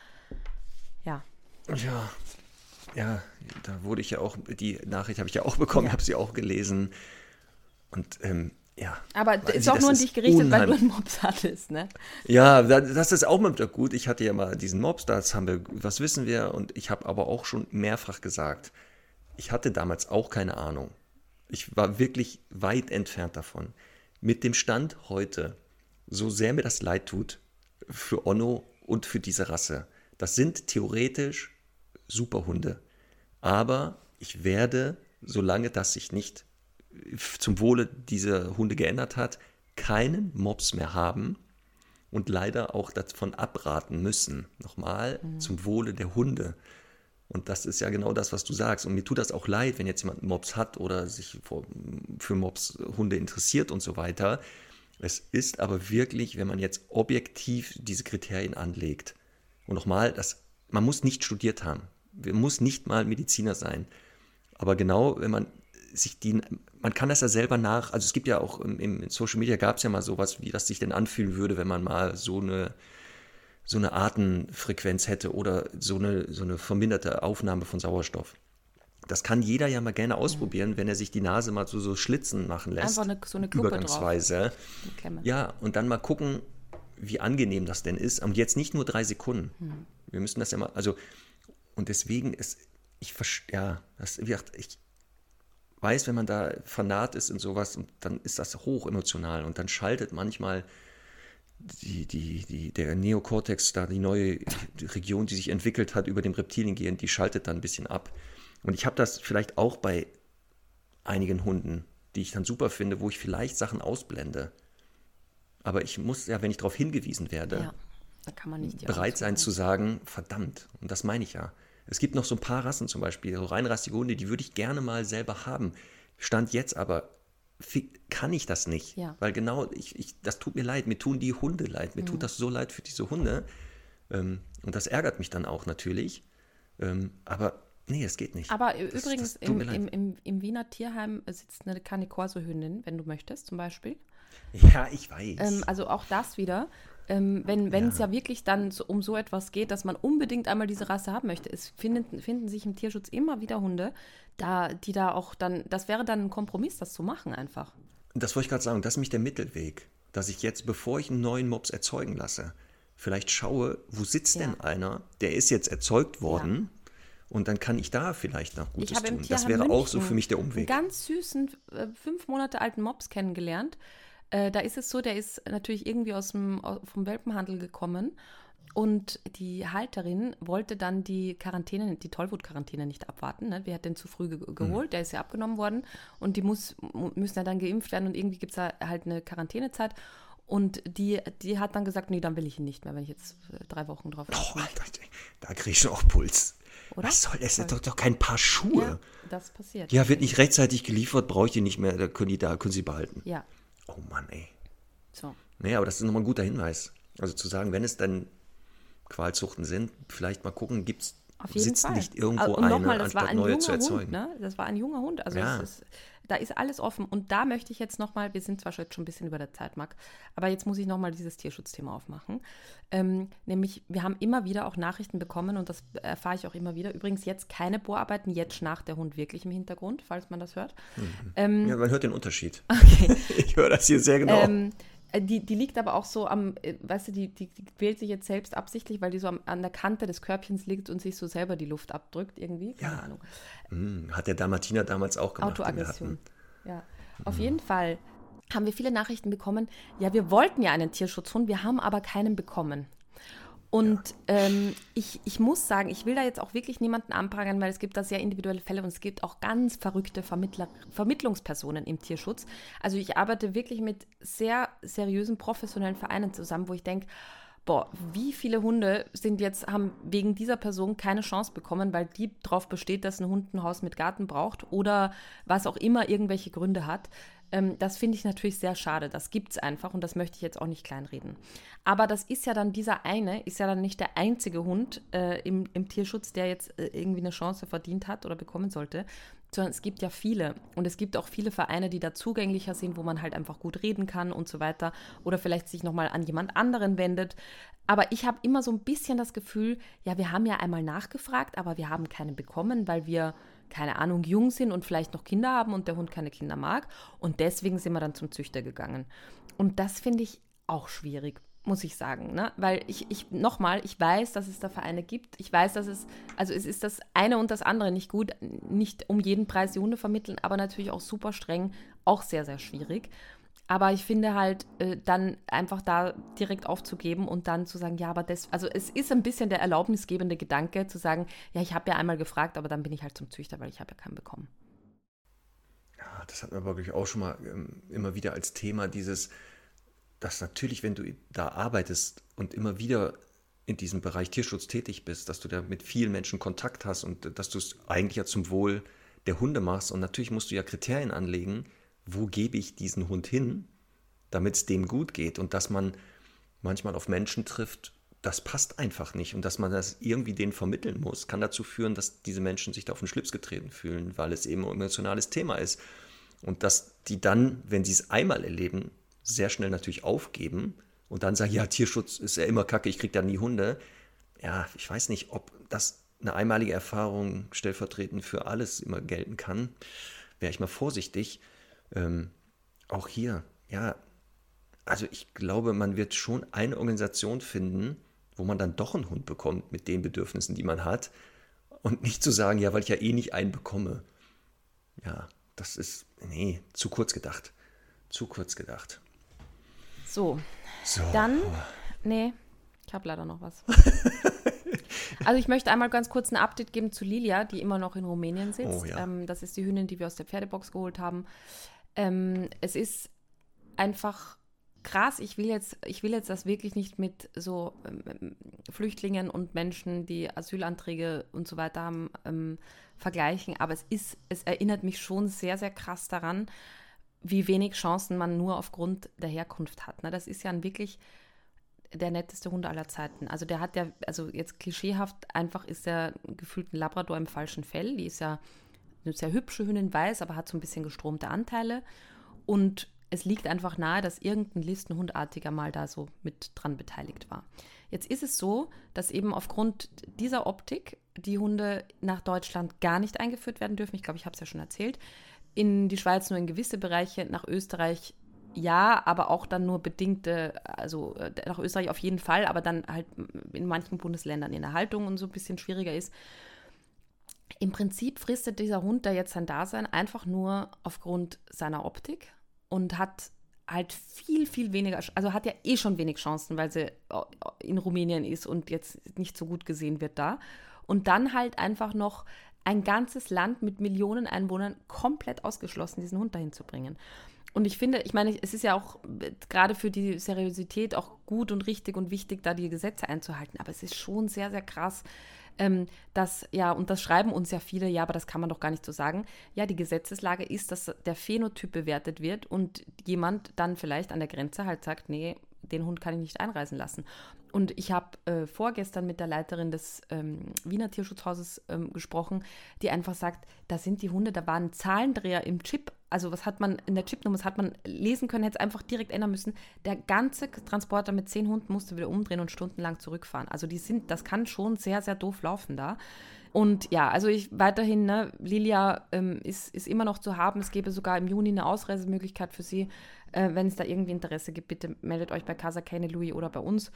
Ja. Ja, da wurde ich ja auch, die Nachricht habe ich ja auch bekommen, habe sie auch gelesen. Und ja. Aber es ist auch nur an dich gerichtet, weil du einen Mops hattest, ne? Ja, das ist auch mal gut. Ich hatte ja mal diesen Mops, was wissen wir? Und ich habe aber auch schon mehrfach gesagt, ich hatte damals auch keine Ahnung. Ich war wirklich weit entfernt davon. Mit dem Stand heute so sehr mir das leid tut für Onno und für diese Rasse. Das sind theoretisch super Hunde. Aber ich werde, solange das sich nicht zum Wohle dieser Hunde geändert hat, keinen Mops mehr haben und leider auch davon abraten müssen. Nochmal, zum Wohle der Hunde. Und das ist ja genau das, was du sagst. Und mir tut das auch leid, wenn jetzt jemand einen Mops hat oder sich für Mops-Hunde interessiert und so weiter. Es ist aber wirklich, wenn man jetzt objektiv diese Kriterien anlegt. Und nochmal, man muss nicht studiert haben. Man muss nicht mal Mediziner sein. Aber genau, wenn man man kann das ja selber also es gibt ja auch im Social Media gab es ja mal sowas, wie das sich denn anfühlen würde, wenn man mal so eine Atemfrequenz hätte oder so eine verminderte Aufnahme von Sauerstoff. Das kann jeder ja mal gerne ausprobieren, wenn er sich die Nase mal so Schlitzen machen lässt. Einfach so eine Kluppe übergangsweise. Ja, und dann mal gucken, wie angenehm das denn ist. Und jetzt nicht nur 3 Sekunden. Wir müssen das ja mal, und deswegen ich weiß, wenn man da fanat ist in sowas, und dann ist das hoch emotional und dann schaltet manchmal der Neokortex, da die neue Region, die sich entwickelt hat über dem Reptiliengehirn, die schaltet dann ein bisschen ab. Und ich habe das vielleicht auch bei einigen Hunden, die ich dann super finde, wo ich vielleicht Sachen ausblende. Aber ich muss ja, wenn ich darauf hingewiesen werde, da kann man nicht bereit sein zu sagen, verdammt, und das meine ich ja. Es gibt noch so ein paar Rassen zum Beispiel, so reinrassige Hunde, die würde ich gerne mal selber haben. Stand jetzt aber, kann ich das nicht. Ja. Weil genau, das tut mir leid, mir tun die Hunde leid, mir tut das so leid für diese Hunde. Und das ärgert mich dann auch natürlich. Aber nee, es geht nicht. Aber übrigens, im Wiener Tierheim sitzt eine Cane-Corso-Hündin, wenn du möchtest, zum Beispiel. Ja, ich weiß. Also auch das wieder. Wenn es ja wirklich dann um so etwas geht, dass man unbedingt einmal diese Rasse haben möchte, es finden sich im Tierschutz immer wieder Hunde, die da auch dann, das wäre dann ein Kompromiss, das zu machen einfach. Das wollte ich gerade sagen, das ist nämlich der Mittelweg, dass ich jetzt, bevor ich einen neuen Mops erzeugen lasse, vielleicht schaue, wo sitzt denn einer, der ist jetzt erzeugt worden, und dann kann ich da vielleicht noch Gutes tun. Das wäre auch so für mich der Umweg. Einen ganz süßen, 5 Monate alten Mops kennengelernt. Da ist es so, der ist natürlich irgendwie vom Welpenhandel gekommen und die Halterin wollte dann die Tollwut-Quarantäne nicht abwarten. Ne? Wir hatten den zu früh geholt, der ist ja abgenommen worden und die müssen ja dann geimpft werden und irgendwie gibt es da halt eine Quarantänezeit. Und die hat dann gesagt, nee, dann will ich ihn nicht mehr, wenn ich jetzt 3 Wochen drauf achte. Da kriege ich schon auch Puls. Oder? Was soll das? Das ist doch kein Paar Schuhe. Ja, das passiert. Ja, wird nicht rechtzeitig geliefert, brauche ich die nicht mehr, da können sie behalten. Ja. Oh Mann, ey. So. Naja, aber das ist nochmal ein guter Hinweis. Also zu sagen, wenn es dann Qualzuchten sind, vielleicht mal gucken, sitzt nicht irgendwo eine, anstatt neue zu erzeugen. Hund, ne? Das war ein junger Hund, also da ist alles offen. Und da möchte ich jetzt nochmal, wir sind zwar schon ein bisschen über der Zeit, Marc, aber jetzt muss ich nochmal dieses Tierschutzthema aufmachen. Nämlich, wir haben immer wieder auch Nachrichten bekommen und das erfahre ich auch immer wieder. Übrigens jetzt keine Bohrarbeiten, jetzt schnarcht der Hund wirklich im Hintergrund, falls man das hört. Ja, man hört den Unterschied. Okay. Ich höre das hier sehr genau. Die liegt aber auch so weißt du, die quält sich jetzt selbst absichtlich, weil die so an der Kante des Körbchens liegt und sich so selber die Luft abdrückt irgendwie. Keine Ahnung. Hat der Dalmatiner damals auch gemacht. Autoaggression. Ja. Auf jeden Fall haben wir viele Nachrichten bekommen. Ja, wir wollten ja einen Tierschutzhund, wir haben aber keinen bekommen. Und ich muss sagen, ich will da jetzt auch wirklich niemanden anprangern, weil es gibt da sehr individuelle Fälle und es gibt auch ganz verrückte Vermittlungspersonen im Tierschutz. Also ich arbeite wirklich mit sehr seriösen, professionellen Vereinen zusammen, wo ich denke, wie viele Hunde haben wegen dieser Person keine Chance bekommen, weil die darauf besteht, dass ein Hund ein Haus mit Garten braucht oder was auch immer irgendwelche Gründe hat. Das finde ich natürlich sehr schade. Das gibt es einfach und das möchte ich jetzt auch nicht kleinreden. Aber das ist ja dann ist ja dann nicht der einzige Hund im Tierschutz, der jetzt irgendwie eine Chance verdient hat oder bekommen sollte, sondern es gibt ja viele. Und es gibt auch viele Vereine, die da zugänglicher sind, wo man halt einfach gut reden kann und so weiter oder vielleicht sich nochmal an jemand anderen wendet. Aber ich habe immer so ein bisschen das Gefühl, ja, wir haben ja einmal nachgefragt, aber wir haben keinen bekommen, weil wir, keine Ahnung, jung sind und vielleicht noch Kinder haben und der Hund keine Kinder mag. Und deswegen sind wir dann zum Züchter gegangen. Und das finde ich auch schwierig, muss ich sagen. Ne? Weil ich weiß, dass es da Vereine gibt. Ich weiß, es ist das eine und das andere nicht gut. Nicht um jeden Preis die Hunde vermitteln, aber natürlich auch super streng, auch sehr, sehr schwierig. Aber ich finde halt, dann einfach da direkt aufzugeben und dann zu sagen, ja, aber also es ist ein bisschen der erlaubnisgebende Gedanke, zu sagen, ja, ich habe ja einmal gefragt, aber dann bin ich halt zum Züchter, weil ich habe ja keinen bekommen. Ja, das hatten wir wirklich auch schon mal immer wieder als Thema, dass natürlich, wenn du da arbeitest und immer wieder in diesem Bereich Tierschutz tätig bist, dass du da mit vielen Menschen Kontakt hast und dass du es eigentlich ja zum Wohl der Hunde machst. Und natürlich musst du ja Kriterien anlegen, wo gebe ich diesen Hund hin, damit es dem gut geht. Und dass man manchmal auf Menschen trifft, das passt einfach nicht. Und dass man das irgendwie denen vermitteln muss, kann dazu führen, dass diese Menschen sich da auf den Schlips getreten fühlen, weil es eben ein emotionales Thema ist. Und dass die dann, wenn sie es einmal erleben, sehr schnell natürlich aufgeben und dann sagen, ja, Tierschutz ist ja immer kacke, ich kriege da nie Hunde. Ja, ich weiß nicht, ob das eine einmalige Erfahrung stellvertretend für alles immer gelten kann. Wäre ich mal vorsichtig. Auch hier, ja, also ich glaube, man wird schon eine Organisation finden, wo man dann doch einen Hund bekommt mit den Bedürfnissen, die man hat. Und nicht zu sagen, ja, weil ich ja eh nicht einen bekomme. Ja, das ist, nee, zu kurz gedacht. Zu kurz gedacht. So. Dann, nee, ich habe leider noch was. Also ich möchte einmal ganz kurz ein Update geben zu Lilia, die immer noch in Rumänien sitzt. Oh, ja. Das ist die Hündin, die wir aus der Pferdebox geholt haben. Es ist einfach krass. Ich will jetzt das wirklich nicht mit so Flüchtlingen und Menschen, die Asylanträge und so weiter haben, vergleichen. Aber es erinnert mich schon sehr, sehr krass daran, wie wenig Chancen man nur aufgrund der Herkunft hat. Ne? Das ist ja wirklich der netteste Hund aller Zeiten. Also der hat ja, also jetzt klischeehaft einfach ist der gefühlt ein Labrador im falschen Fell. Die ist ja eine sehr hübsche Hündin, weiß, aber hat so ein bisschen gestromte Anteile. Und es liegt einfach nahe, dass irgendein Listenhundartiger mal da so mit dran beteiligt war. Jetzt ist es so, dass eben aufgrund dieser Optik die Hunde nach Deutschland gar nicht eingeführt werden dürfen. Ich glaube, ich habe es ja schon erzählt. In die Schweiz nur in gewisse Bereiche, nach Österreich ja, aber auch dann nur bedingte, also nach Österreich auf jeden Fall, aber dann halt in manchen Bundesländern in der Haltung und so ein bisschen schwieriger ist. Im Prinzip fristet dieser Hund da jetzt sein Dasein einfach nur aufgrund seiner Optik und hat halt viel, viel weniger, also hat ja eh schon wenig Chancen, weil sie in Rumänien ist und jetzt nicht so gut gesehen wird da. Und dann halt einfach noch ein ganzes Land mit Millionen Einwohnern komplett ausgeschlossen, diesen Hund dahin zu bringen. Und ich finde, ich meine, es ist ja auch gerade für die Seriosität auch gut und richtig und wichtig, da die Gesetze einzuhalten. Aber es ist schon sehr, sehr krass, dass, ja, und das schreiben uns ja viele, ja, aber das kann man doch gar nicht so sagen. Ja, die Gesetzeslage ist, dass der Phänotyp bewertet wird und jemand dann vielleicht an der Grenze halt sagt, nee, den Hund kann ich nicht einreisen lassen. Und ich habe vorgestern mit der Leiterin des Wiener Tierschutzhauses gesprochen, die einfach sagt, da sind die Hunde, da war ein Zahlendreher im Chip. Also was hat man in der Chipnummer, das hat man lesen können, hätte es einfach direkt ändern müssen. Der ganze Transporter mit 10 Hunden musste wieder umdrehen und stundenlang zurückfahren. Also das kann schon sehr, sehr doof laufen da. Und ja, also weiterhin, ne, Lilia ist immer noch zu haben. Es gäbe sogar im Juni eine Ausreisemöglichkeit für sie. Wenn es da irgendwie Interesse gibt, bitte meldet euch bei Casa Cane Louis oder bei uns.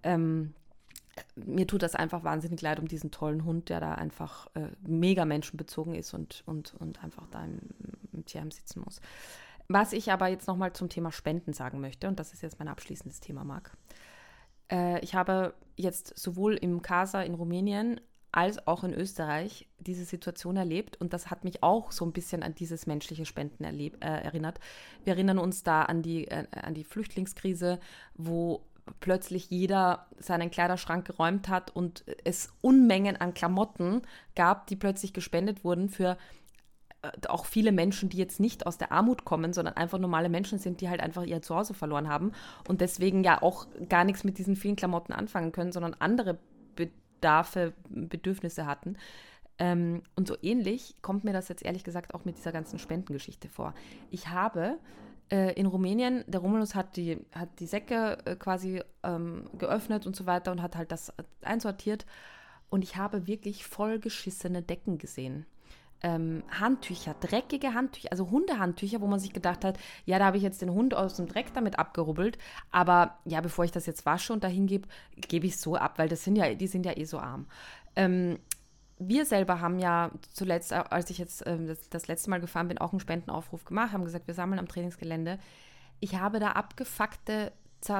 Mir tut das einfach wahnsinnig leid um diesen tollen Hund, der da einfach mega menschenbezogen ist und einfach da im Tierheim sitzen muss. Was ich aber jetzt nochmal zum Thema Spenden sagen möchte, und das ist jetzt mein abschließendes Thema, Marc. Ich habe jetzt sowohl im Casa in Rumänien als auch in Österreich diese Situation erlebt und das hat mich auch so ein bisschen an dieses menschliche Spenden erinnert. Wir erinnern uns da an die Flüchtlingskrise, wo plötzlich jeder seinen Kleiderschrank geräumt hat und es Unmengen an Klamotten gab, die plötzlich gespendet wurden für auch viele Menschen, die jetzt nicht aus der Armut kommen, sondern einfach normale Menschen sind, die halt einfach ihr Zuhause verloren haben und deswegen ja auch gar nichts mit diesen vielen Klamotten anfangen können, sondern andere Bedürfnisse hatten. Und so ähnlich kommt mir das jetzt ehrlich gesagt auch mit dieser ganzen Spendengeschichte vor. Ich habe in Rumänien, der Romulus hat die Säcke quasi geöffnet und so weiter und hat halt das einsortiert und ich habe wirklich vollgeschissene Decken gesehen. Handtücher, dreckige Handtücher, also Hundehandtücher, wo man sich gedacht hat, ja, da habe ich jetzt den Hund aus dem Dreck damit abgerubbelt, aber ja, bevor ich das jetzt wasche und dahin gebe, gebe ich es so ab, weil die sind ja eh so arm. Wir selber haben ja zuletzt, als ich jetzt das letzte Mal gefahren bin, auch einen Spendenaufruf gemacht, haben gesagt, wir sammeln am Trainingsgelände. ich habe da abgefuckte,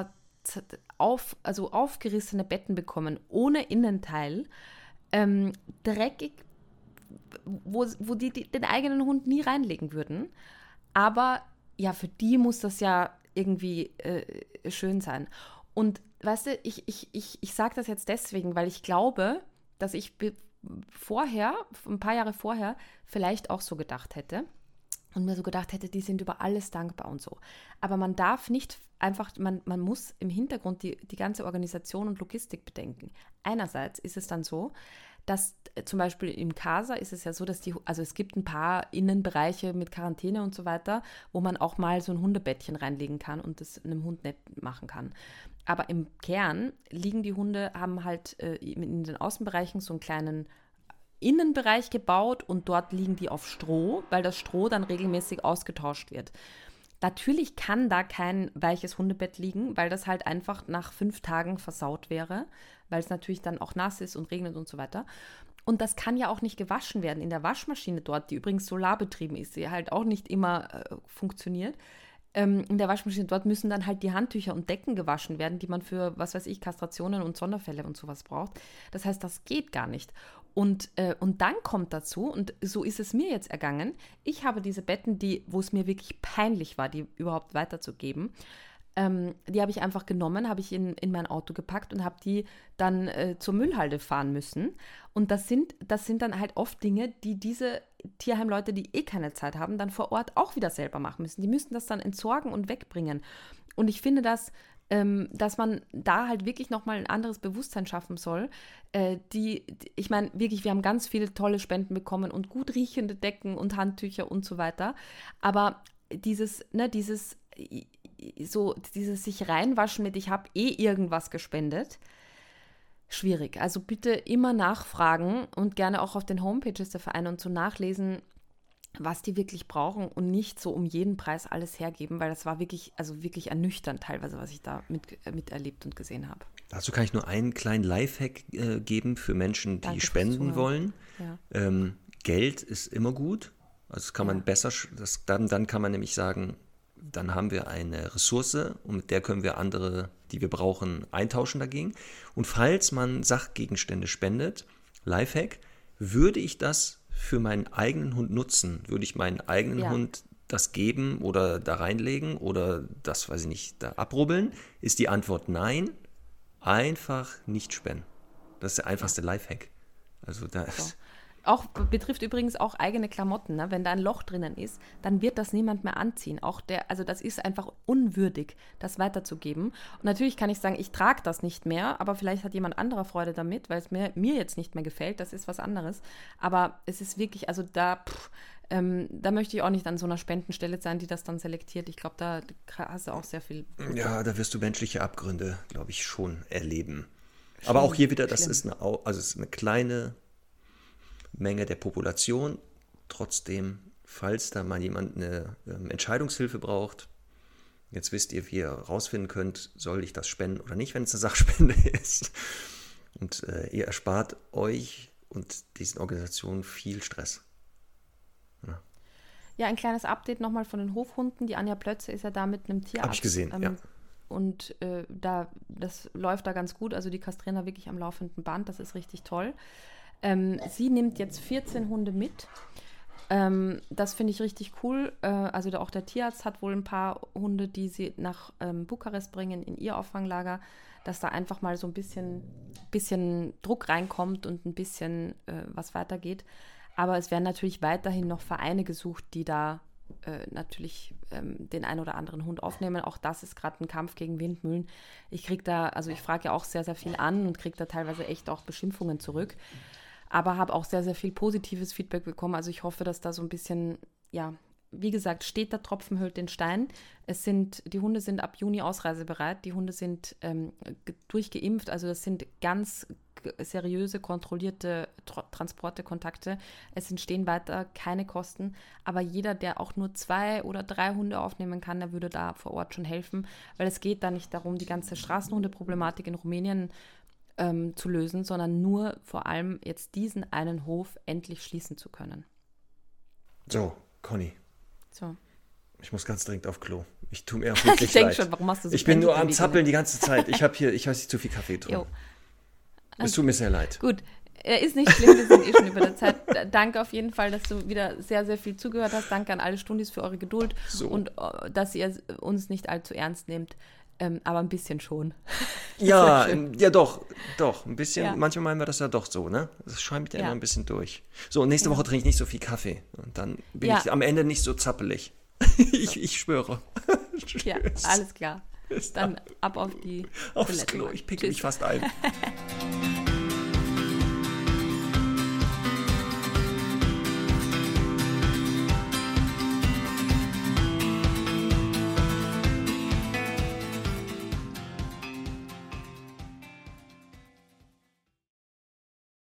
aufgerissene Betten bekommen, ohne Innenteil, dreckig, wo die den eigenen Hund nie reinlegen würden. Aber ja, für die muss das ja irgendwie schön sein. Und weißt du, ich sage das jetzt deswegen, weil ich glaube, dass ich vorher, ein paar Jahre vorher, vielleicht auch so gedacht hätte und mir so gedacht hätte, die sind über alles dankbar und so. Aber man darf nicht einfach, man muss im Hintergrund die ganze Organisation und Logistik bedenken. Einerseits ist es dann so, dass zum Beispiel im Casa ist es ja so, dass also es gibt ein paar Innenbereiche mit Quarantäne und so weiter, wo man auch mal so ein Hundebettchen reinlegen kann und das einem Hund nett machen kann. Aber im Kern liegen die Hunde, haben halt in den Außenbereichen so einen kleinen Innenbereich gebaut und dort liegen die auf Stroh, weil das Stroh dann regelmäßig ausgetauscht wird. Natürlich kann da kein weiches Hundebett liegen, weil das halt einfach nach 5 Tagen versaut wäre, weil es natürlich dann auch nass ist und regnet und so weiter. Und das kann ja auch nicht gewaschen werden in der Waschmaschine dort, die übrigens solarbetrieben ist, die halt auch nicht immer funktioniert. In der Waschmaschine dort müssen dann halt die Handtücher und Decken gewaschen werden, die man für, was weiß ich, Kastrationen und Sonderfälle und sowas braucht. Das heißt, das geht gar nicht. Und dann kommt dazu, und so ist es mir jetzt ergangen, ich habe diese Betten, wo es mir wirklich peinlich war, die überhaupt weiterzugeben, die habe ich einfach genommen, habe ich in mein Auto gepackt und habe die dann zur Müllhalde fahren müssen. Und das sind dann halt oft Dinge, die diese Tierheimleute, die eh keine Zeit haben, dann vor Ort auch wieder selber machen müssen. Die müssen das dann entsorgen und wegbringen. Und ich finde, dass man da halt wirklich nochmal ein anderes Bewusstsein schaffen soll. Ich meine, wirklich, wir haben ganz viele tolle Spenden bekommen und gut riechende Decken und Handtücher und so weiter. Aber dieses sich reinwaschen mit, ich habe eh irgendwas gespendet, schwierig. Also bitte immer nachfragen und gerne auch auf den Homepages der Vereine und so nachlesen, was die wirklich brauchen und nicht so um jeden Preis alles hergeben, weil das war wirklich, also wirklich ernüchternd teilweise, was ich da miterlebt und gesehen habe. Dazu kann ich nur einen kleinen Lifehack geben für Menschen, die spenden wollen. Ja. Geld ist immer gut. Also das kann man besser, dann kann man nämlich sagen, dann haben wir eine Ressource und mit der können wir andere, die wir brauchen, eintauschen dagegen. Und falls man Sachgegenstände spendet, Lifehack, würde ich das für meinen eigenen Hund nutzen? Würde ich meinen eigenen Hund das geben oder da reinlegen oder das, weiß ich nicht, da abrubbeln? Ist die Antwort nein. Einfach nicht spenden. Das ist der einfachste Lifehack. Also da ist... Auch betrifft übrigens auch eigene Klamotten. Ne? Wenn da ein Loch drinnen ist, dann wird das niemand mehr anziehen. Also das ist einfach unwürdig, das weiterzugeben. Und natürlich kann ich sagen, ich trage das nicht mehr, aber vielleicht hat jemand anderer Freude damit, weil es mir jetzt nicht mehr gefällt. Das ist was anderes. Aber es ist wirklich, also da möchte ich auch nicht an so einer Spendenstelle sein, die das dann selektiert. Ich glaube, da hast du auch sehr viel... Ja, da wirst du menschliche Abgründe, glaube ich, schon erleben. Schlimm, aber auch hier wieder, das ist es ist eine kleine Menge der Population. Trotzdem, falls da mal jemand eine Entscheidungshilfe braucht, jetzt wisst ihr, wie ihr rausfinden könnt, soll ich das spenden oder nicht, wenn es eine Sachspende ist. Und ihr erspart euch und diesen Organisationen viel Stress. Ja, ein kleines Update nochmal von den Hofhunden. Die Anja Plötze ist ja da mit einem Tierarzt. Habe ich gesehen, ja. Und das läuft da ganz gut. Also die kastrieren da wirklich am laufenden Band. Das ist richtig toll. Sie nimmt jetzt 14 Hunde mit. Das finde ich richtig cool. Also auch der Tierarzt hat wohl ein paar Hunde, die sie nach Bukarest bringen, in ihr Auffanglager, dass da einfach mal so ein bisschen Druck reinkommt und ein bisschen was weitergeht. Aber es werden natürlich weiterhin noch Vereine gesucht, die da natürlich den einen oder anderen Hund aufnehmen. Auch das ist gerade ein Kampf gegen Windmühlen. Ich frage ja auch sehr, sehr viel an und kriege da teilweise echt auch Beschimpfungen zurück. Aber habe auch sehr, sehr viel positives Feedback bekommen. Also ich hoffe, dass da so ein bisschen, ja, wie gesagt, steht der Tropfen höhlt den Stein. Die Hunde sind ab Juni ausreisebereit. Die Hunde sind durchgeimpft. Also das sind ganz seriöse, kontrollierte Transporte, Kontakte. Es entstehen weiter keine Kosten. Aber jeder, der auch nur 2 oder 3 Hunde aufnehmen kann, der würde da vor Ort schon helfen. Weil es geht da nicht darum, die ganze Straßenhundeproblematik in Rumänien zu lösen, sondern nur vor allem jetzt diesen einen Hof endlich schließen zu können. So, Conny. So. Ich muss ganz dringend auf Klo. Ich tue mir auch wirklich ich denke leid. schon, warum machst du so? Ich bin nur am Zappeln die ganze Zeit. Ich habe zu viel Kaffee getrunken. Es tut mir sehr leid. Gut, ist nicht schlimm, wir sind schon über der Zeit. Danke auf jeden Fall, dass du wieder sehr, sehr viel zugehört hast. Danke an alle Stundis für eure Geduld und dass ihr uns nicht allzu ernst nehmt. Aber ein bisschen schon. Ja, doch, ein bisschen. Ja. Manchmal meinen wir das ja doch so, ne? Das schäumt ja immer ein bisschen durch. So, und nächste Woche trinke ich nicht so viel Kaffee. Und dann bin ich am Ende nicht so zappelig. Ich schwöre. Ja, alles klar. Dann ab auf die Aufs Klo, ich picke mich fast ein.